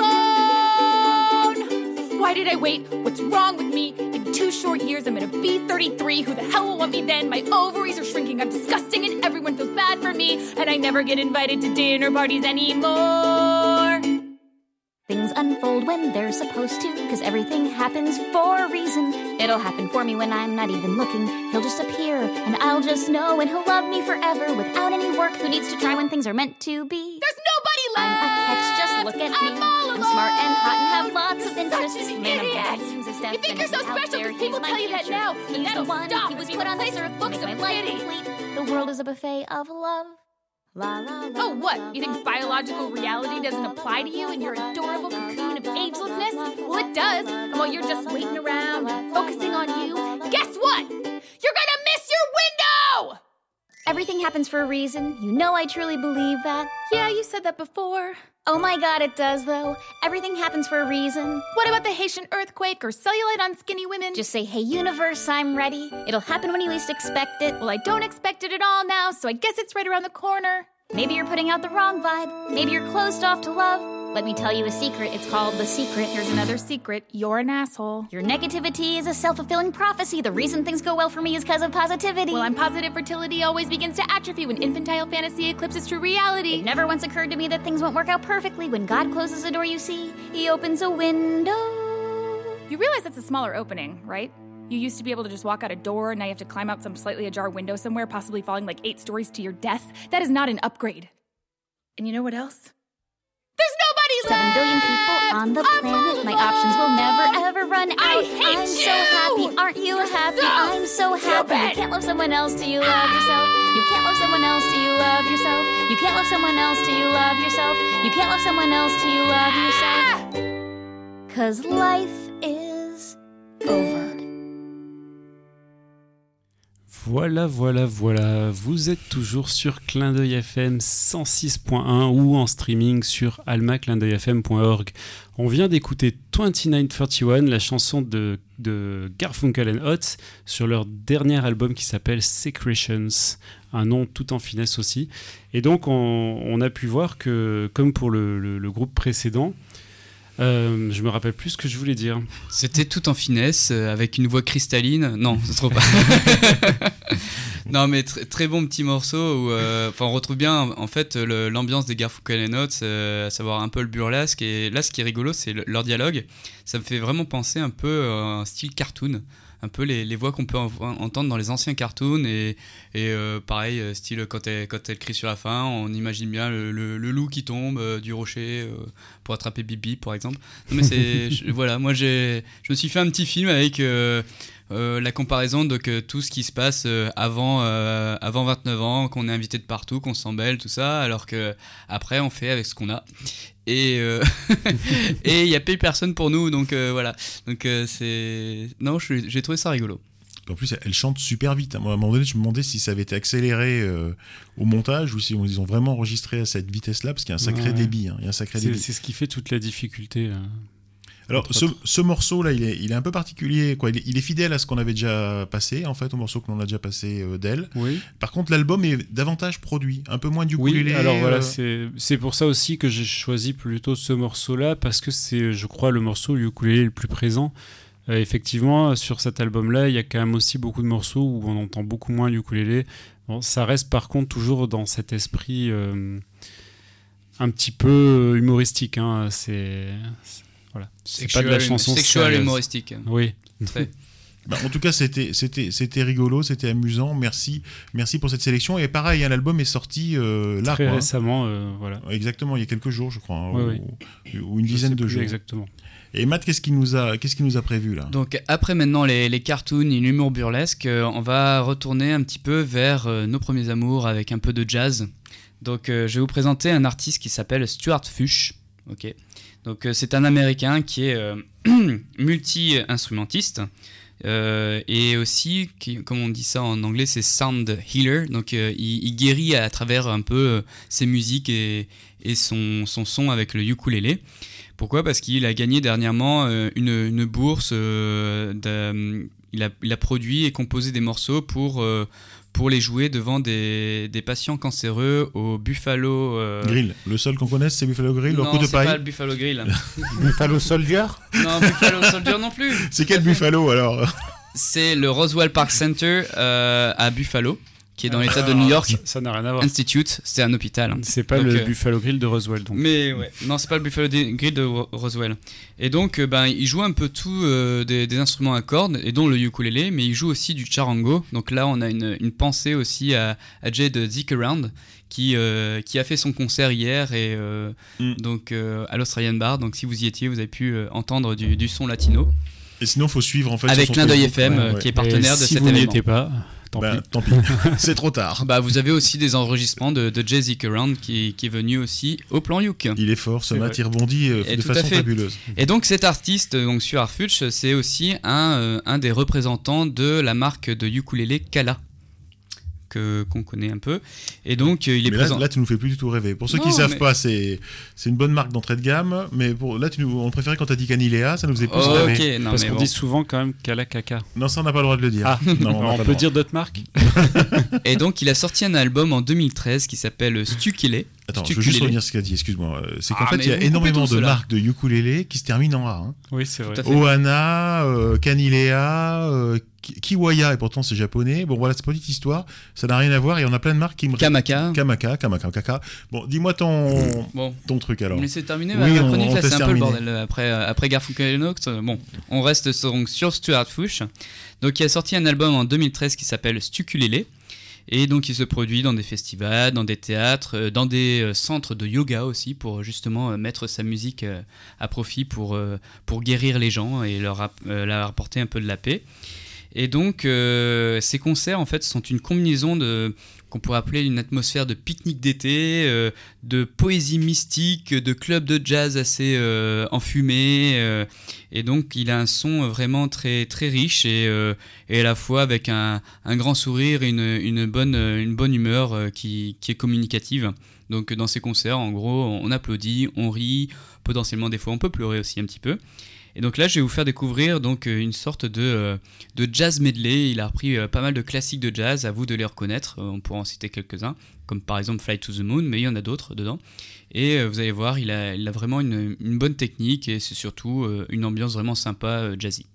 all alone. Why did I wait? What's wrong with me? In 2 short years, I'm gonna be 33. Who the hell will want me then? My ovaries are shrinking, I'm disgusting, and everyone feels bad for me. And I never get invited to dinner parties anymore. Things unfold when they're supposed to, 'cause everything happens for a reason. It'll happen for me when I'm not even looking. He'll just appear, and I'll just know, and he'll love me forever without any work. Who needs to try when things are meant to be? There's nobody left! I'm a catch, just look at me. I'm smart and hot and have lots of interests. Man, I'm bad. You think you're so special because people tell you that now. He's the one, he was put on this earth to make my life complete. The world is a buffet of love. Oh, what? You think biological reality doesn't apply to you in your adorable cocoon of agelessness? Well, it does. And while you're just waiting around and focusing on you, guess what? You're gonna miss your window! Everything happens for a reason. You know I truly believe that. Yeah, you said that before. Oh my god, it does though. Everything happens for a reason. What about the Haitian earthquake or cellulite on skinny women? Just say, hey universe, I'm ready. It'll happen when you least expect it. Well, I don't expect it at all now, so I guess it's right around the corner. Maybe you're putting out the wrong vibe. Maybe you're closed off to love. Let me tell you a secret, it's called The Secret. Here's another secret, you're an asshole. Your negativity is a self-fulfilling prophecy. The reason things go well for me is because of positivity. Well, I'm positive fertility always begins to atrophy when infantile fantasy eclipses true reality. It never once occurred to me that things won't work out perfectly. When God closes a door, you see, he opens a window. You realize that's a smaller opening, right? You used to be able to just walk out a door, and now you have to climb out some slightly ajar window somewhere, possibly falling like 8 stories to your death. That is not an upgrade. And you know what else? There's nobody 7 billion people on the planet. My options will never ever run out. I'm so happy, aren't you happy? I'm so happy. You can't love someone else till you love yourself. You can't love someone else till you love yourself. You can't love someone else till you love yourself. You can't love someone else till you love yourself. 'Cause life is over. Voilà. Vous êtes toujours sur Clin d'œil FM 106.1 ou en streaming sur almaclindeuilfm.org. On vient d'écouter 2931, la chanson de Garfunkel & Oates, sur leur dernier album qui s'appelle Secretions, un nom tout en finesse aussi. Et donc on a pu voir que, comme pour le groupe précédent, je me rappelle plus ce que je voulais dire. C'était tout en finesse, avec une voix cristalline. Non, c'est trop pas. Non, mais très bon petit morceau où on retrouve bien en fait l'ambiance des Garfunkel & Oates, à savoir un peu le burlesque. Et là, ce qui est rigolo, c'est leur dialogue. Ça me fait vraiment penser un peu à un style cartoon. Un peu les voix qu'on peut entendre dans les anciens cartoons et pareil, style quand elle crie sur la fin, on imagine bien le loup qui tombe du rocher pour attraper Bibi par exemple. Non, mais voilà, moi je me suis fait un petit film avec la comparaison de que tout ce qui se passe avant 29 ans, qu'on est invité de partout, qu'on s'embelle, tout ça, alors que après on fait avec ce qu'on a. Et il n'y a plus personne pour nous, donc voilà. Donc j'ai trouvé ça rigolo. En plus, elle chante super vite. Moi, à un moment donné, je me demandais si ça avait été accéléré au montage ou si ils ont vraiment enregistré à cette vitesse-là, parce qu'il y a un sacré débit. Il y a un sacré débit. C'est ce qui fait toute la difficulté. Alors, ce morceau-là, il est un peu particulier, quoi. Il est fidèle à ce qu'on avait déjà passé, en fait, au morceau que l'on a déjà passé d'elle. Oui. Par contre, l'album est davantage produit, un peu moins du ukulélé. Oui, alors voilà, c'est pour ça aussi que j'ai choisi plutôt ce morceau-là, parce que c'est, je crois, le morceau ukulélé le plus présent. Effectivement, sur cet album-là, il y a quand même aussi beaucoup de morceaux où on entend beaucoup moins l'ukulélé. Bon, ça reste par contre toujours dans cet esprit un petit peu humoristique. Hein. Voilà. C'est pas de la chanson sexuelle humoristique. Oui. Très. En tout cas, c'était rigolo, c'était amusant. Merci pour cette sélection. Et pareil, l'album est sorti là. Très récemment, voilà. Exactement, il y a quelques jours, je crois, ou une je dizaine de jours. Exactement. Et Matt, qu'est-ce qu'il nous a prévu là ? Donc après maintenant les cartoons et l'humour burlesque, on va retourner un petit peu vers nos premiers amours avec un peu de jazz. Donc je vais vous présenter un artiste qui s'appelle Stuart Fuchs. Ok. Donc c'est un Américain qui est multi-instrumentiste et aussi, comme on dit ça en anglais, c'est sound healer. Donc il guérit à travers un peu ses musiques et son son avec le ukulélé. Pourquoi ? Parce qu'il a gagné dernièrement une bourse. Il a produit et composé des morceaux pour les jouer devant des patients cancéreux au Buffalo Grill. Le seul qu'on connaisse, c'est Buffalo Grill, au coup de Non, c'est paille. pas le Buffalo Grill. Buffalo Soldier ? Non, Buffalo Soldier non plus. C'est quel Buffalo alors ? C'est le Roswell Park Center à Buffalo, qui est dans l'état de New York. Ça n'a rien à voir. Institute, c'est un hôpital. C'est pas le Buffalo Grill de Roswell. Donc. Mais ouais, non, c'est pas le Buffalo Grill de Roswell. Et donc, il joue un peu tout des instruments à cordes, et dont le ukulélé, mais il joue aussi du charango. Donc là, on a une pensée aussi à Jay de Zik Around, qui a fait son concert hier et donc à l'Australian Bar. Donc si vous y étiez, vous avez pu entendre du son latino. Et sinon, il faut suivre en fait. Avec Clin d'œil FM, qui est partenaire de cet événement. Si vous n'y étiez pas. Tant pis. C'est trop tard. Vous avez aussi des enregistrements de Jay Zik Around qui est venu aussi au plan Youk. Il est fort, ce Matt, il rebondit de façon fabuleuse. Et donc cet artiste, donc Stuart Fuchs, c'est aussi un des représentants de la marque de ukulélé Kala. Qu'on connaît un peu, et donc il est présent. Là tu nous fais plus du tout rêver. Pour ceux qui savent pas, c'est une bonne marque d'entrée de gamme, mais on préférait quand t'as dit Canilea, ça nous faisait plus rêver. Okay, parce qu'on dit souvent quand même Kala Kaka. Non, ça on n'a pas le droit de le dire. Ah, non, on peut dire d'autres marques. Et donc il a sorti un album en 2013 qui s'appelle Stukele. Attends, je veux juste revenir sur ce qu'il a dit, excuse-moi. C'est qu'en fait, il y a énormément de marques de ukulélé qui se terminent en A. Hein. Oui, c'est vrai. Ohana, Canilea, Kiwaya, et pourtant c'est japonais. Bon, voilà, c'est une petite histoire. Ça n'a rien à voir et on a plein de marques qui me... Kamaka. Kaka. Bon, dis-moi ton truc alors. Mais c'est terminé, oui, ma chronique, là, c'est un peu le bordel. Après Garfunkel & Oates, bon, on reste donc sur Stuart Fuchs. Donc, il a sorti un album en 2013 qui s'appelle Stukulele. Et donc il se produit dans des festivals, dans des théâtres, dans des centres de yoga aussi, pour justement mettre sa musique à profit pour guérir les gens et leur apporter un peu de la paix. Et donc ces concerts en fait sont une combinaison qu'on pourrait appeler une atmosphère de pique-nique d'été, de poésie mystique, de club de jazz assez enfumé, et donc il a un son vraiment très, très riche et à la fois avec un grand sourire et une bonne humeur qui est communicative. Donc dans ces concerts, en gros, on applaudit, on rit, potentiellement des fois on peut pleurer aussi un petit peu. Et donc là, je vais vous faire découvrir donc une sorte de jazz medley. Il a repris pas mal de classiques de jazz, à vous de les reconnaître. On pourra en citer quelques-uns, comme par exemple Fly to the Moon, mais il y en a d'autres dedans. Et vous allez voir, il a vraiment une bonne technique et c'est surtout une ambiance vraiment sympa, jazzy.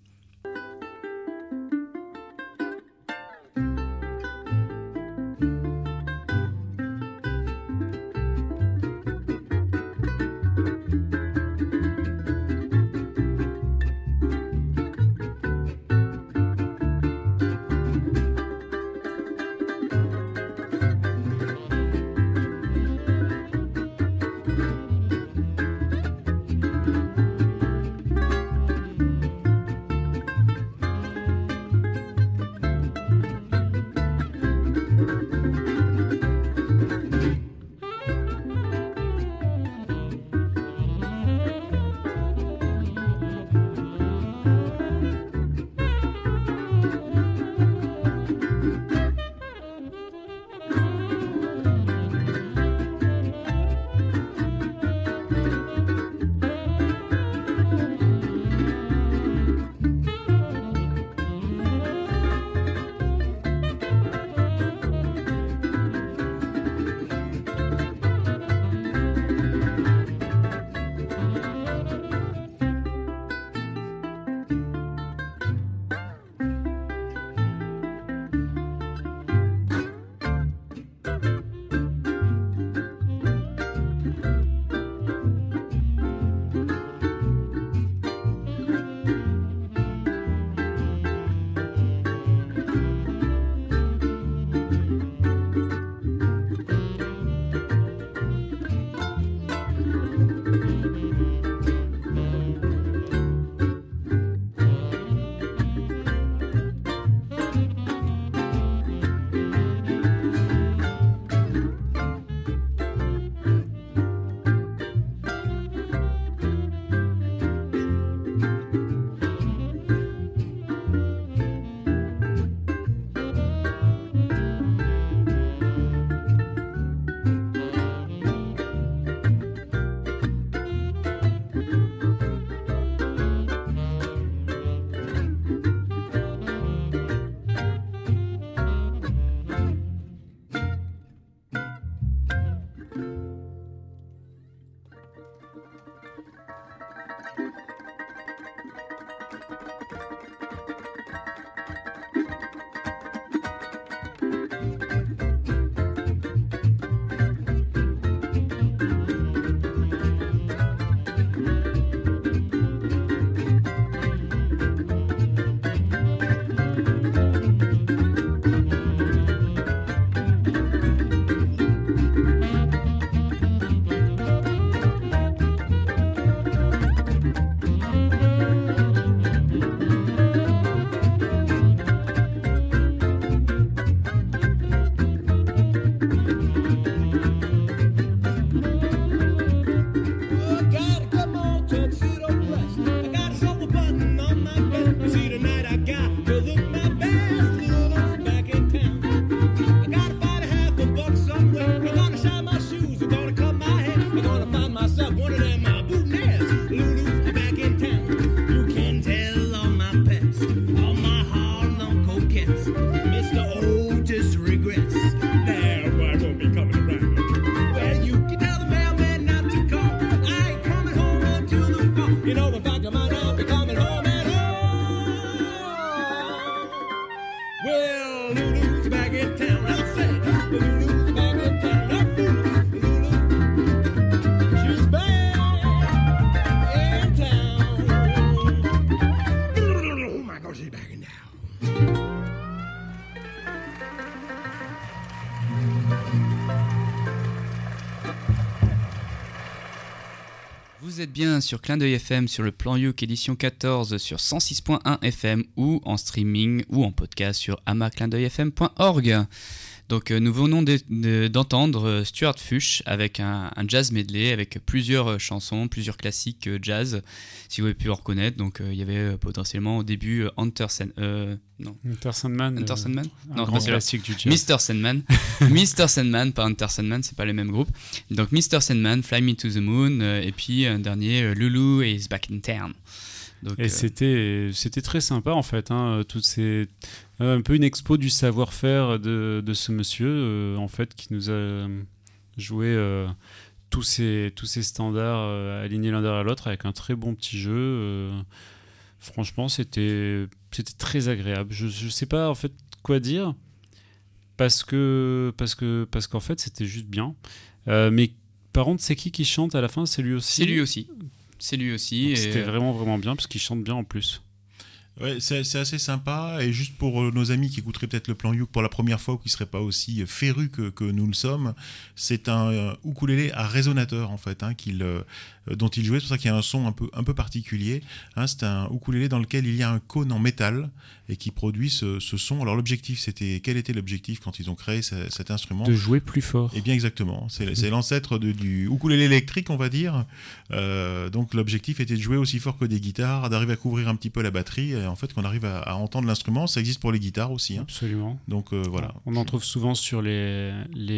êtes bien sur Clin d'œil FM sur le plan Youk édition 14 sur 106.1 FM ou en streaming ou en podcast sur amaclindeuilfm.org. Donc nous venons d'entendre Stuart Fuchs avec un jazz medley avec plusieurs chansons, plusieurs classiques jazz, si vous avez pu en reconnaître. Donc il y avait potentiellement au début Enter Sandman. Un grand classique du jazz. Mr. Sandman. Mr. Sandman, pas Enter Sandman, c'est pas les mêmes groupes. Donc Mr. Sandman, Fly Me to the Moon, et puis un dernier Lulu is Back in Town. Donc, et c'était très sympa en fait, toutes ces un peu une expo du savoir-faire de ce monsieur en fait qui nous a joué tous ces standards alignés l'un derrière l'autre avec un très bon petit jeu. Franchement, c'était très agréable. Je sais pas en fait quoi dire parce qu'en fait c'était juste bien. Mais par contre, c'est qui chante à la fin? C'est lui aussi. C'est lui aussi. Et c'était vraiment vraiment bien parce qu'il chante bien en plus. Ouais, c'est assez sympa, et juste pour nos amis qui écouteraient peut-être le plan Youk pour la première fois ou qui ne seraient pas aussi férus que nous le sommes, c'est un ukulélé à résonateur en fait, dont il jouait, c'est pour ça qu'il y a un son un peu particulier. C'est un ukulélé dans lequel il y a un cône en métal et qui produit ce son. Alors quel était l'objectif quand ils ont créé cet instrument? De jouer plus fort. Et bien exactement, c'est l'ancêtre du ukulélé électrique on va dire. Donc l'objectif était de jouer aussi fort que des guitares, d'arriver à couvrir un petit peu la batterie. En fait, qu'on arrive à entendre l'instrument, ça existe pour les guitares aussi. Absolument. Donc voilà. On en trouve souvent sur les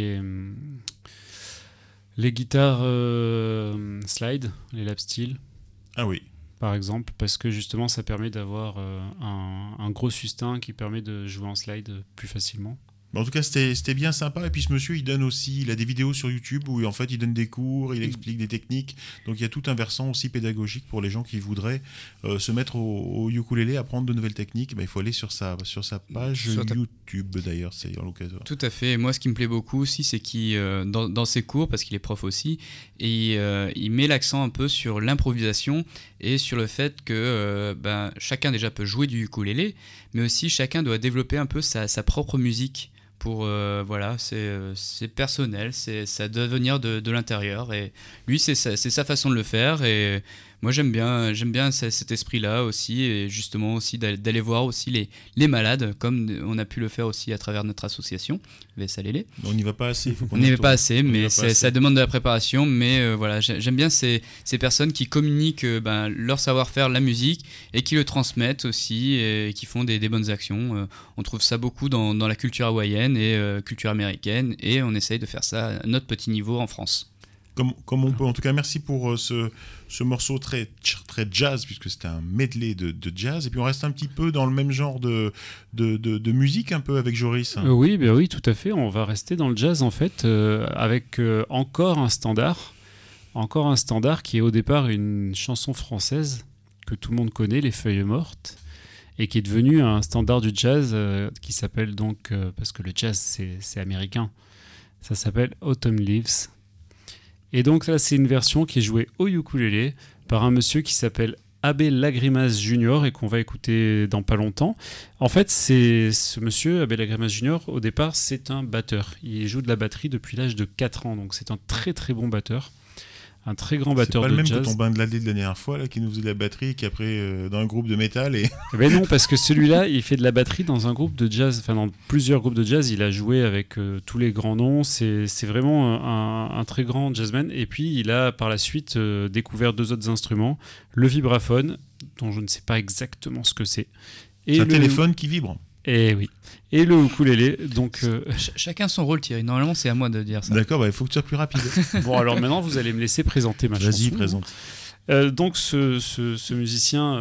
guitares slide, les lap steel. Ah oui. Par exemple, parce que justement, ça permet d'avoir un gros sustain qui permet de jouer en slide plus facilement. En tout cas, c'était bien sympa. Et puis ce monsieur, il a des vidéos sur YouTube où en fait il donne des cours, il explique des techniques. Donc il y a tout un versant aussi pédagogique pour les gens qui voudraient se mettre au ukulélé, apprendre de nouvelles techniques. Il faut aller sur sa page YouTube d'ailleurs, c'est en l'occasion. Tout à fait. Et moi, ce qui me plaît beaucoup aussi, c'est qu'il dans ses cours, parce qu'il est prof aussi, et il met l'accent un peu sur l'improvisation et sur le fait que chacun déjà peut jouer du ukulélé, mais aussi chacun doit développer un peu sa propre musique. C'est personnel, ça doit venir de l'intérieur, et lui c'est sa façon de le faire, et moi j'aime bien cet esprit-là aussi, et justement aussi d'aller voir aussi les malades, comme on a pu le faire aussi à travers notre association VSALélé. On n'y va pas assez, on n'y va pas assez, mais ça demande de la préparation, mais j'aime bien ces personnes qui communiquent leur savoir-faire, la musique, et qui le transmettent aussi, et qui font des bonnes actions. On trouve ça beaucoup dans la culture hawaïenne et culture américaine, et on essaye de faire ça à notre petit niveau en France. Comme on peut. En tout cas, merci pour ce morceau très, très jazz, puisque c'était un medley de jazz. Et puis on reste un petit peu dans le même genre de musique, un peu avec Joris. Oui, tout à fait. On va rester dans le jazz, en fait, avec encore un standard qui est au départ une chanson française que tout le monde connaît, Les Feuilles Mortes, et qui est devenu un standard du jazz qui s'appelle donc, parce que le jazz c'est américain, ça s'appelle Autumn Leaves. Et donc là, c'est une version qui est jouée au ukulélé par un monsieur qui s'appelle Abbé Lagrimas Jr. et qu'on va écouter dans pas longtemps. En fait, c'est ce monsieur, Abbé Lagrimas Jr., au départ, c'est un batteur. Il joue de la batterie depuis l'âge de 4 ans, donc c'est un très très bon batteur. Un très grand batteur de jazz. C'est pas le même que ton bain de la dernière fois, là, qui nous faisait de la batterie et qui après dans un groupe de métal. Mais non, parce que celui-là, il fait de la batterie dans un groupe de jazz, enfin dans plusieurs groupes de jazz. Il a joué avec tous les grands noms. C'est vraiment un très grand jazzman. Et puis, il a par la suite découvert 2 autres instruments. Le vibraphone, dont je ne sais pas exactement ce que c'est. C'est un téléphone qui vibre. Et oui. Et le ukulélé, donc... Chacun son rôle, Thierry. Normalement, c'est à moi de dire ça. D'accord, il faut que tu sois plus rapide. Bon, alors maintenant, vous allez me laisser présenter ma chanson. Vas-y, présente. Donc, ce musicien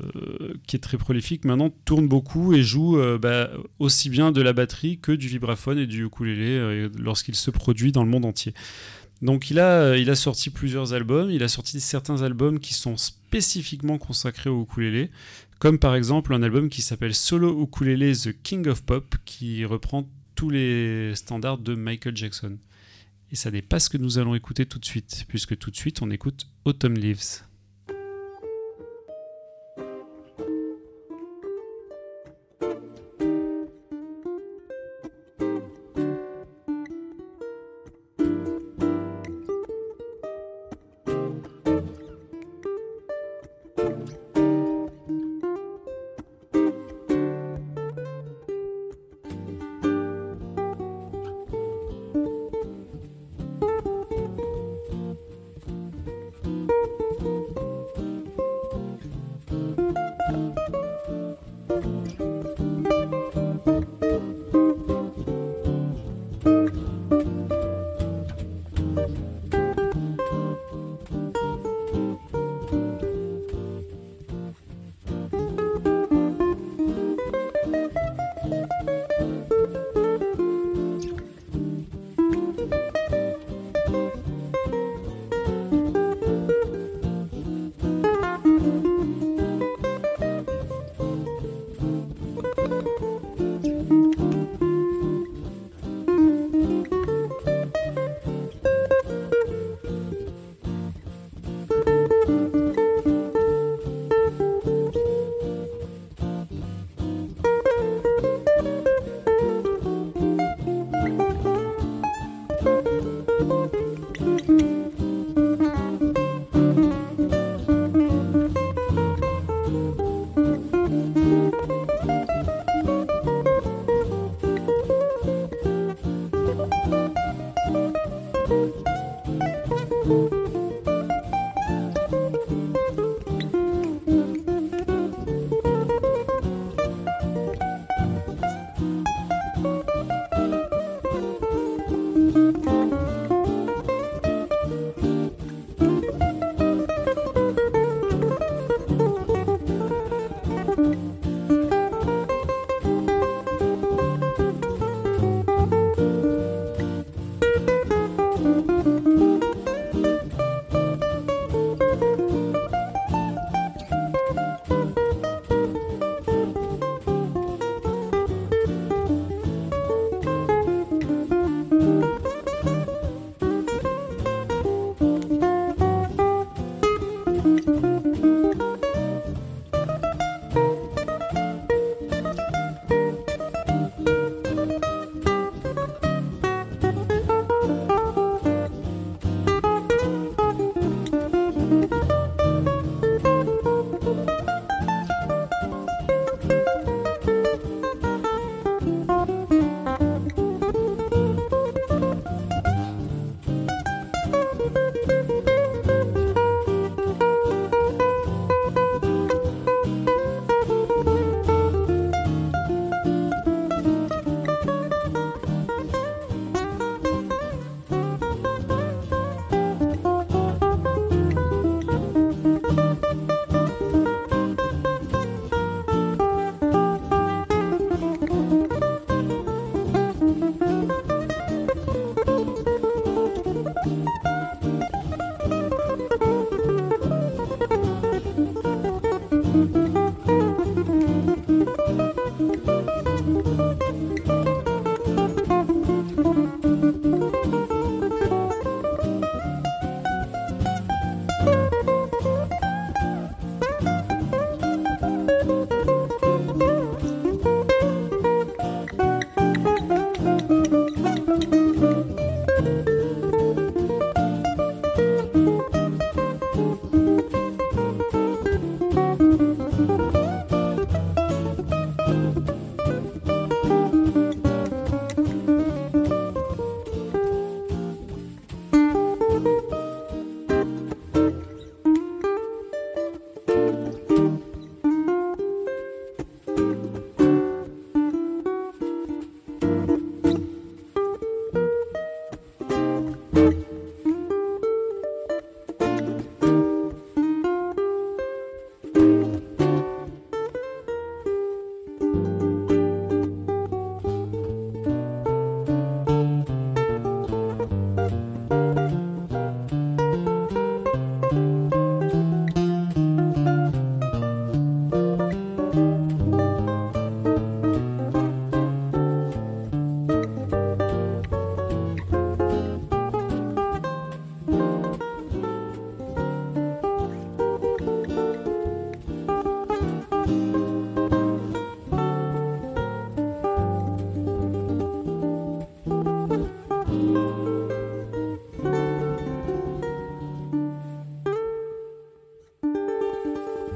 qui est très prolifique, maintenant, tourne beaucoup et joue aussi bien de la batterie que du vibraphone et du ukulélé lorsqu'il se produit dans le monde entier. Donc, il a sorti plusieurs albums. Il a sorti certains albums qui sont spécifiquement consacrés au ukulélé, comme par exemple un album qui s'appelle Solo Ukulele The King of Pop, qui reprend tous les standards de Michael Jackson. Et ça n'est pas ce que nous allons écouter tout de suite, puisque tout de suite on écoute Autumn Leaves.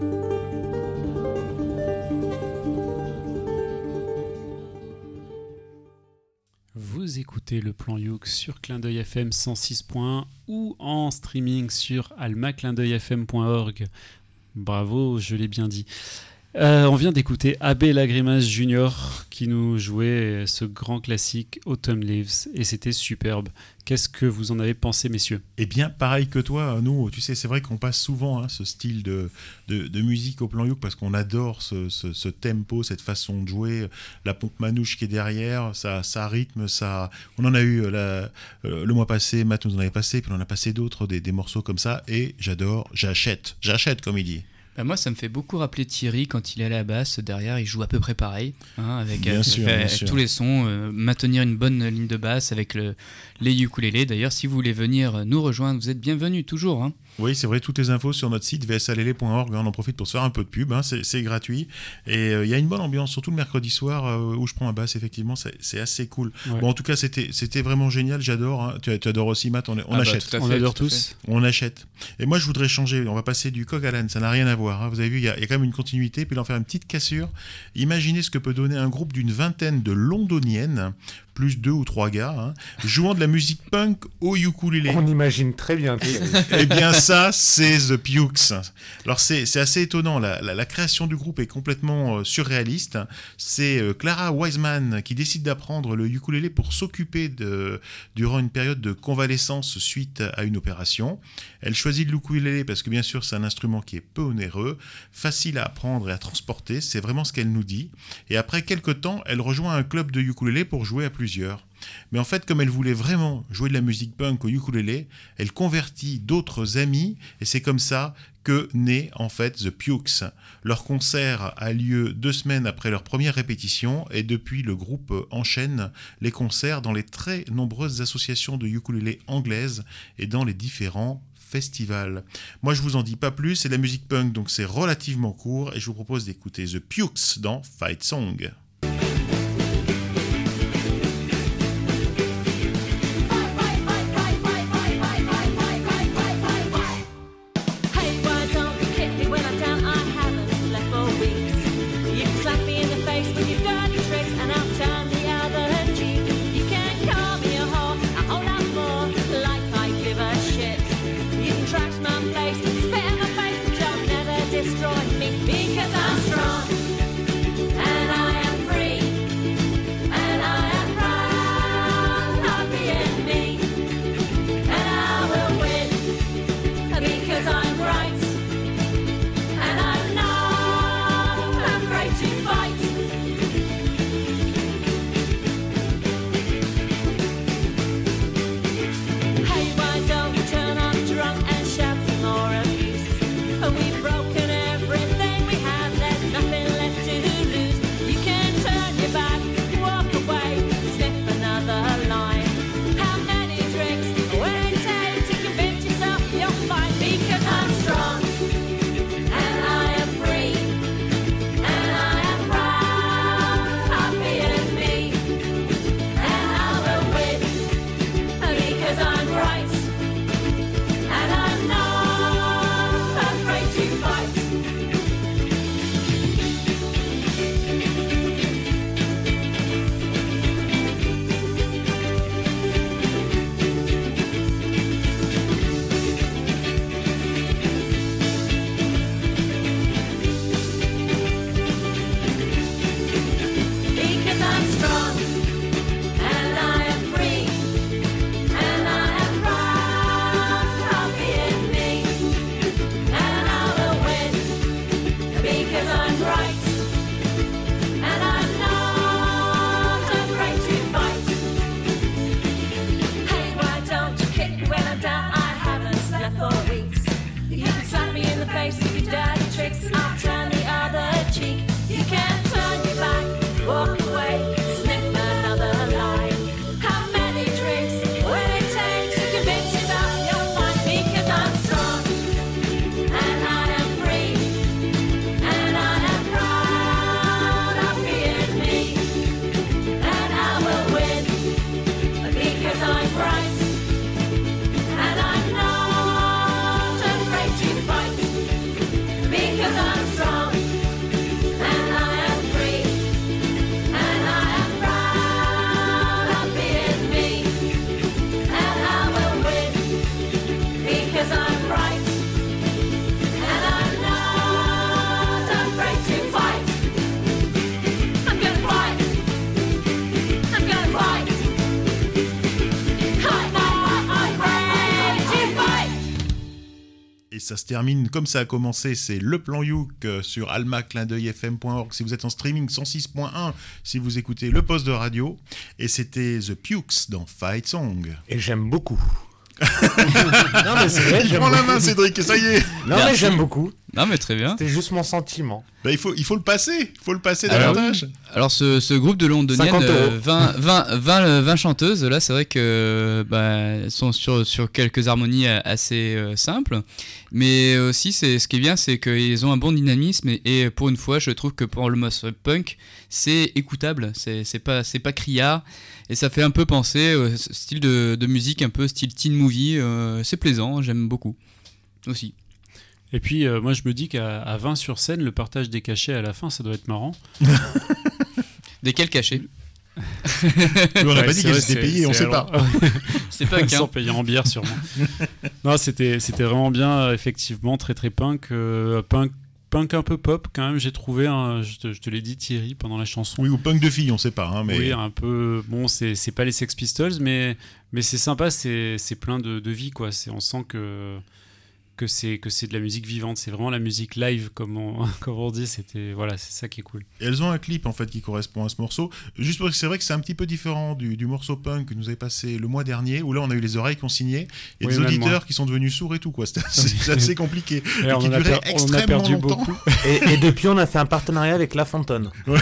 Vous écoutez le plan Youk sur Clin d'œil FM 106.1 ou en streaming sur almaclindeuilfm.org. Bravo, je l'ai bien dit. On vient d'écouter Abbé Lagrimas Junior qui nous jouait ce grand classique Autumn Leaves et c'était superbe. Qu'est-ce que vous en avez pensé, messieurs ? Eh bien, pareil que toi, nous, tu sais, c'est vrai qu'on passe souvent ce style de musique au plan Youk parce qu'on adore ce tempo, cette façon de jouer, la pompe manouche qui est derrière, ça rythme, ça. On en a eu le mois passé, Matt nous en avait passé, puis on en a passé d'autres, des morceaux comme ça, et j'adore, j'achète comme il dit. Bah moi, ça me fait beaucoup rappeler Thierry quand il est à la basse. Derrière, il joue à peu près pareil, avec bien sûr. tous les sons, maintenir une bonne ligne de basse avec les ukulélés. D'ailleurs, si vous voulez venir nous rejoindre, vous êtes bienvenus toujours. Hein. Oui, c'est vrai, toutes les infos sur notre site vsalele.org, on en profite pour se faire un peu de pub, c'est gratuit. Et il y a une bonne ambiance, surtout le mercredi soir où je prends ma basse, effectivement, c'est assez cool. Ouais. Bon, en tout cas, c'était vraiment génial, j'adore. Hein. Tu adores aussi, Matt, on achète. On adore tous. On achète. Et moi, je voudrais changer, on va passer du coq à l'âne, ça n'a rien à voir. Hein. Vous avez vu, il y a quand même une continuité, puis d'en faire une petite cassure. Imaginez ce que peut donner un groupe d'une vingtaine de londoniennes, plus 2 ou 3 gars, jouant de la musique punk au ukulélé. On imagine très bien. Eh bien ça, c'est The Pukes. Alors c'est assez étonnant, la création du groupe est complètement surréaliste. C'est Clara Wiseman qui décide d'apprendre le ukulélé pour s'occuper durant une période de convalescence suite à une opération. Elle choisit le ukulélé parce que bien sûr c'est un instrument qui est peu onéreux, facile à apprendre et à transporter, c'est vraiment ce qu'elle nous dit. Et après quelques temps, elle rejoint un club de ukulélé pour jouer à plusieurs. Mais en fait, comme elle voulait vraiment jouer de la musique punk au ukulélé, elle convertit d'autres amis et c'est comme ça que naît en fait The Pukes. Leur concert a lieu 2 semaines après leur première répétition et depuis le groupe enchaîne les concerts dans les très nombreuses associations de ukulélé anglaises et dans les différents festivals. Moi je vous en dis pas plus, c'est de la musique punk donc c'est relativement court et je vous propose d'écouter The Pukes dans Fight Song. Because I'm strong and I am free. every ça se termine comme ça a commencé, c'est le plan Youk sur alma-clin-d'œil-fm.org si vous êtes en streaming, 106.1 si vous écoutez le poste de radio, et c'était The Pukes dans Fight Song. Et j'aime beaucoup. Non mais c'est vrai, Il j'aime prend la beaucoup. main Cédric, ça y est. Non mais j'aime beaucoup. Non, mais très bien. C'était juste mon sentiment. Bah, il faut le passer, Alors, davantage. Alors ce groupe de londoniennes, 50 €. 20 chanteuses, là c'est vrai que elles sont sur quelques harmonies assez simples, mais aussi ce qui est bien, c'est qu'ils ont un bon dynamisme, et pour une fois je trouve que pour le morceau punk c'est écoutable, c'est pas criard, et ça fait un peu penser au style de musique un peu style teen movie, c'est plaisant, j'aime beaucoup aussi. Et puis, moi, je me dis qu'à 20 sur scène, le partage des cachets à la fin, ça doit être marrant. Desquels cachets? On n'a pas dit qu'elles étaient payées, on sait pas. C'est punk, Ils sont payés en bière, sûrement. Non, c'était vraiment bien, effectivement, très très punk. Punk un peu pop, quand même, j'ai trouvé, je te l'ai dit, Thierry, pendant la chanson. Oui, ou punk de filles, on sait pas. Hein, mais... Oui, un peu. Bon, c'est pas les Sex Pistols, mais c'est sympa, c'est plein de vie, quoi. On sent que c'est de la musique vivante, c'est vraiment la musique live comme on dit, c'est ça qui est cool. Et elles ont un clip en fait qui correspond à ce morceau, juste parce que c'est vrai que c'est un petit peu différent du morceau punk que nous avez passé le mois dernier, où là on a eu les oreilles qu'on signait et des auditeurs qui sont devenus sourds et tout, quoi. C'est assez compliqué, et qui durait extrêmement longtemps. Beaucoup. Et depuis on a fait un partenariat avec La Fontaine. Ouais.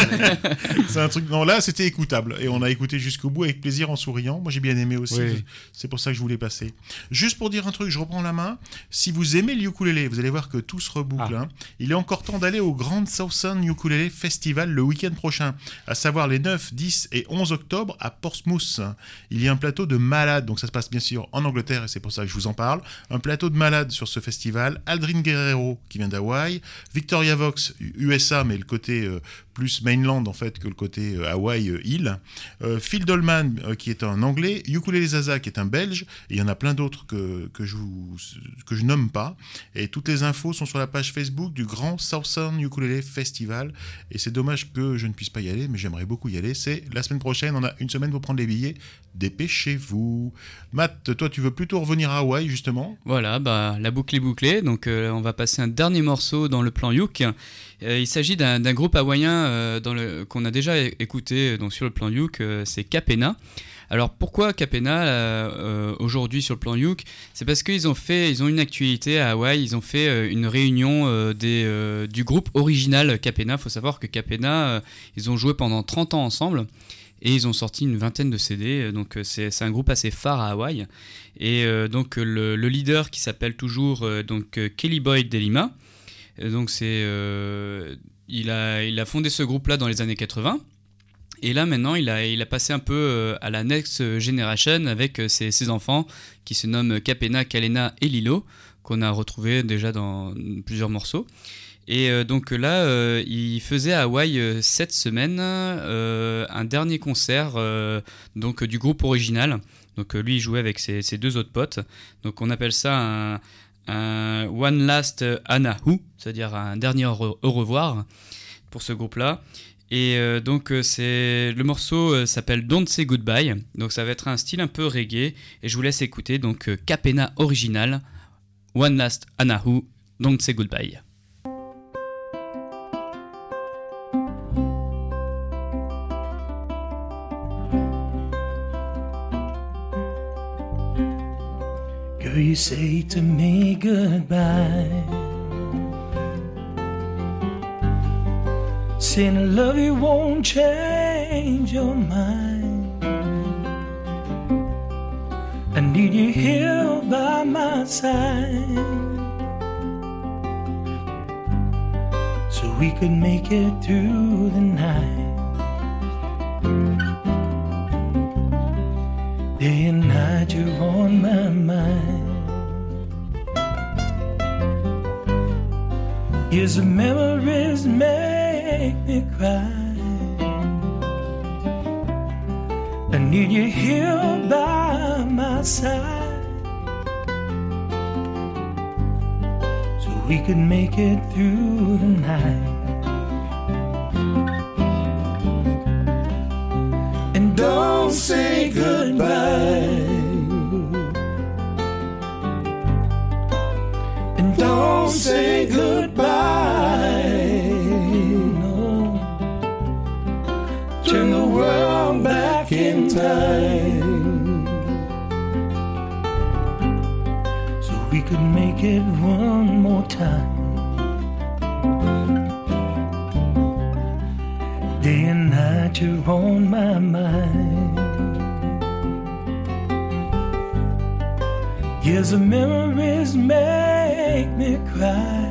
C'est un truc, non, là c'était écoutable et on a écouté jusqu'au bout avec plaisir en souriant. Moi j'ai bien aimé aussi, oui. C'est pour ça que je voulais passer. Juste pour dire un truc, je reprends la main. Si vous aimez le ukulélé, vous allez voir que tout se reboucle. Hein. Il est encore temps d'aller au Grand Southern Ukulele Festival le week-end prochain, à savoir les 9, 10 et 11 octobre à Portsmouth. Il y a un plateau de malades, donc ça se passe bien sûr en Angleterre et c'est pour ça que je vous en parle. Un plateau de malades sur ce festival. Aldrin Guerrero qui vient d'Hawaï, Victoria Vox, USA, mais le côté plus mainland en fait que le côté Hawaï île. Phil Dolman qui est un Anglais, Ukulele Zaza qui est un Belge, et il y en a plein d'autres que je nomme pas. Et toutes les infos sont sur la page Facebook du Grand Southern Ukulele Festival. Et c'est dommage que je ne puisse pas y aller, mais j'aimerais beaucoup y aller. C'est la semaine prochaine, on a une semaine pour prendre les billets. Dépêchez-vous. Matt, toi tu veux plutôt revenir à Hawaï justement? Voilà, la boucle est bouclée, donc on va passer un dernier morceau dans le plan Youk. Il s'agit d'un groupe hawaïen qu'on a déjà écouté donc sur le plan Youk, c'est Capena. Alors pourquoi Capena aujourd'hui sur le plan Youk? C'est parce qu'ils ont une actualité à Hawaï, ils ont fait une réunion du groupe original Capena. Il faut savoir que Capena, ils ont joué pendant 30 ans ensemble et ils ont sorti une vingtaine de CD, donc c'est un groupe assez phare à Hawaï. Et donc le leader qui s'appelle toujours Kelly Boyd Delima, donc il a fondé ce groupe-là dans les années 80. Et là maintenant il a passé un peu à la next generation avec ses enfants qui se nomment Capena, Kalena et Lilo, qu'on a retrouvé déjà dans plusieurs morceaux. Et donc là il faisait à Hawaï cette semaine un dernier concert donc du groupe original. Donc lui il jouait avec ses deux autres potes. Donc on appelle ça un One Last Anahu, c'est-à-dire un dernier au revoir pour ce groupe-là. Et donc le morceau s'appelle Don't Say Goodbye, donc ça va être un style un peu reggae, et je vous laisse écouter donc Capena original, One Last Anahu, Don't Say Goodbye. Girl, you say to me goodbye, saying I love you won't change your mind. I need you here by my side, so we could make it through the night. Day and night you're on my mind. Years of memories make me cry. I need you here by my side, so we could make it through the night. And don't say goodbye, say goodbye. No. Turn the world back in time, so we could make it one more time. Day and night you're on my mind. Years of memories make me cry.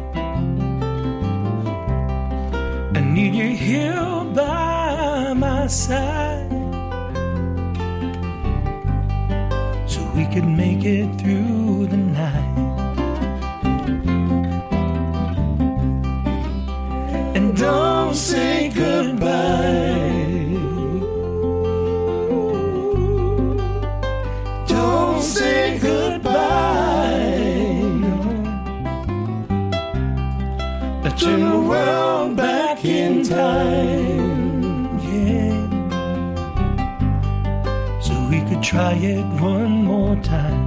I need you here by my side, so we could make it through the night. And don't say goodbye. Don't say goodbye. I turn the world back in time, yeah, so we could try it one more time.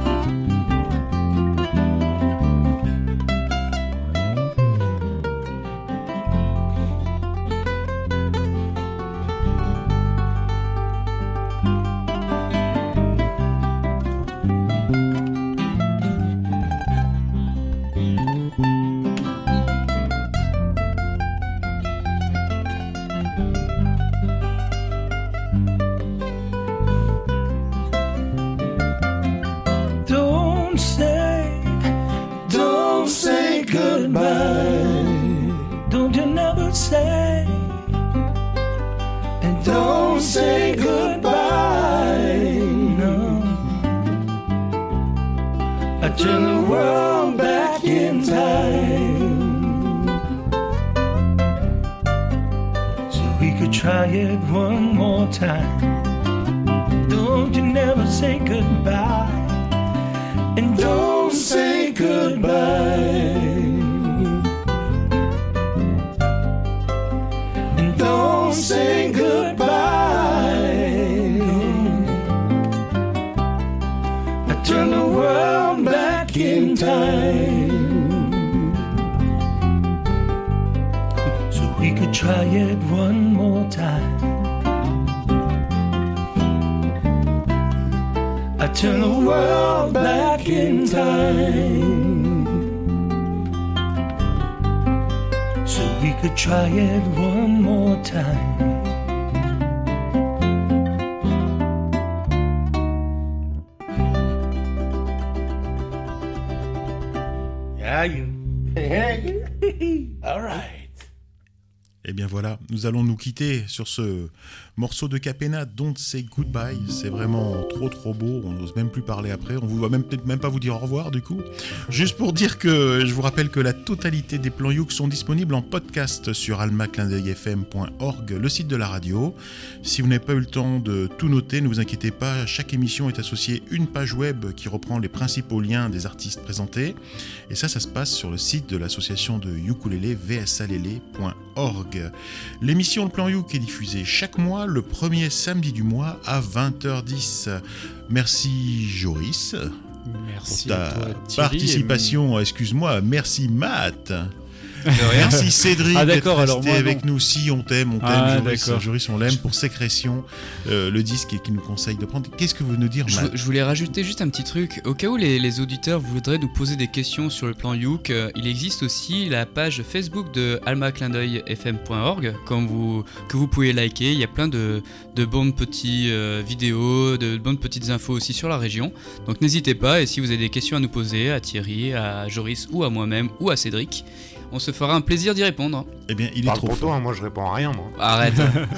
Don't say goodbye. Don't you never say. And don't say goodbye. No. I turn the world back in time, so we could try it one more time. Don't you never say goodbye. And don't say goodbye. And don't say goodbye. I turn the world back in time, so we could try it one more time. I turn the world back in time, so we could try it one more time. Yeah, you. All right. Et bien voilà, nous allons nous quitter sur ce morceau de Capena, Don't Say Goodbye. C'est vraiment trop beau, on n'ose même plus parler après, on ne va peut-être même pas vous dire au revoir du coup. Juste pour dire que je vous rappelle que la totalité des plans Youk sont disponibles en podcast sur almaclindeuilfm.org, le site de la radio. Si vous n'avez pas eu le temps de tout noter, ne vous inquiétez pas, chaque émission est associée à une page web qui reprend les principaux liens des artistes présentés. Et ça se passe sur le site de l'association de ukulélé vsalele.org. L'émission Le Plan Youk est diffusée chaque mois, le premier samedi du mois à 20h10. Merci Joris. Merci pour ta à toi, Thierry, participation. Excuse-moi, merci Matt. Merci Cédric d'être resté avec nous. Si on t'aime, Joris, on l'aime pour Sécrétion, le disque qui nous conseille de prendre. Qu'est-ce que vous voulez nous dire, Matt ? Je voulais rajouter juste un petit truc. Au cas où les auditeurs voudraient nous poser des questions sur le plan Youk, il existe aussi la page Facebook de almaclindeuilfm.org que vous pouvez liker. Il y a plein de bonnes petites vidéos, de bonnes petites infos aussi sur la région. Donc n'hésitez pas, et si vous avez des questions à nous poser, à Thierry, à Joris ou à moi-même ou à Cédric, on se fera un plaisir d'y répondre. Eh bien, il est trop pour fort. toi, moi je réponds à rien, moi. Arrête.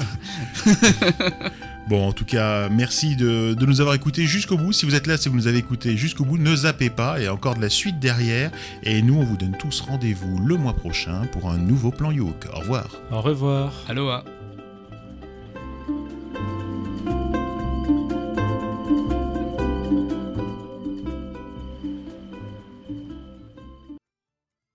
Bon, en tout cas, merci de nous avoir écoutés jusqu'au bout. Si vous êtes là, si vous nous avez écoutés jusqu'au bout, ne zappez pas, il y a encore de la suite derrière. Et nous, on vous donne tous rendez-vous le mois prochain pour un nouveau plan Youk. Au revoir. Au revoir. Aloha.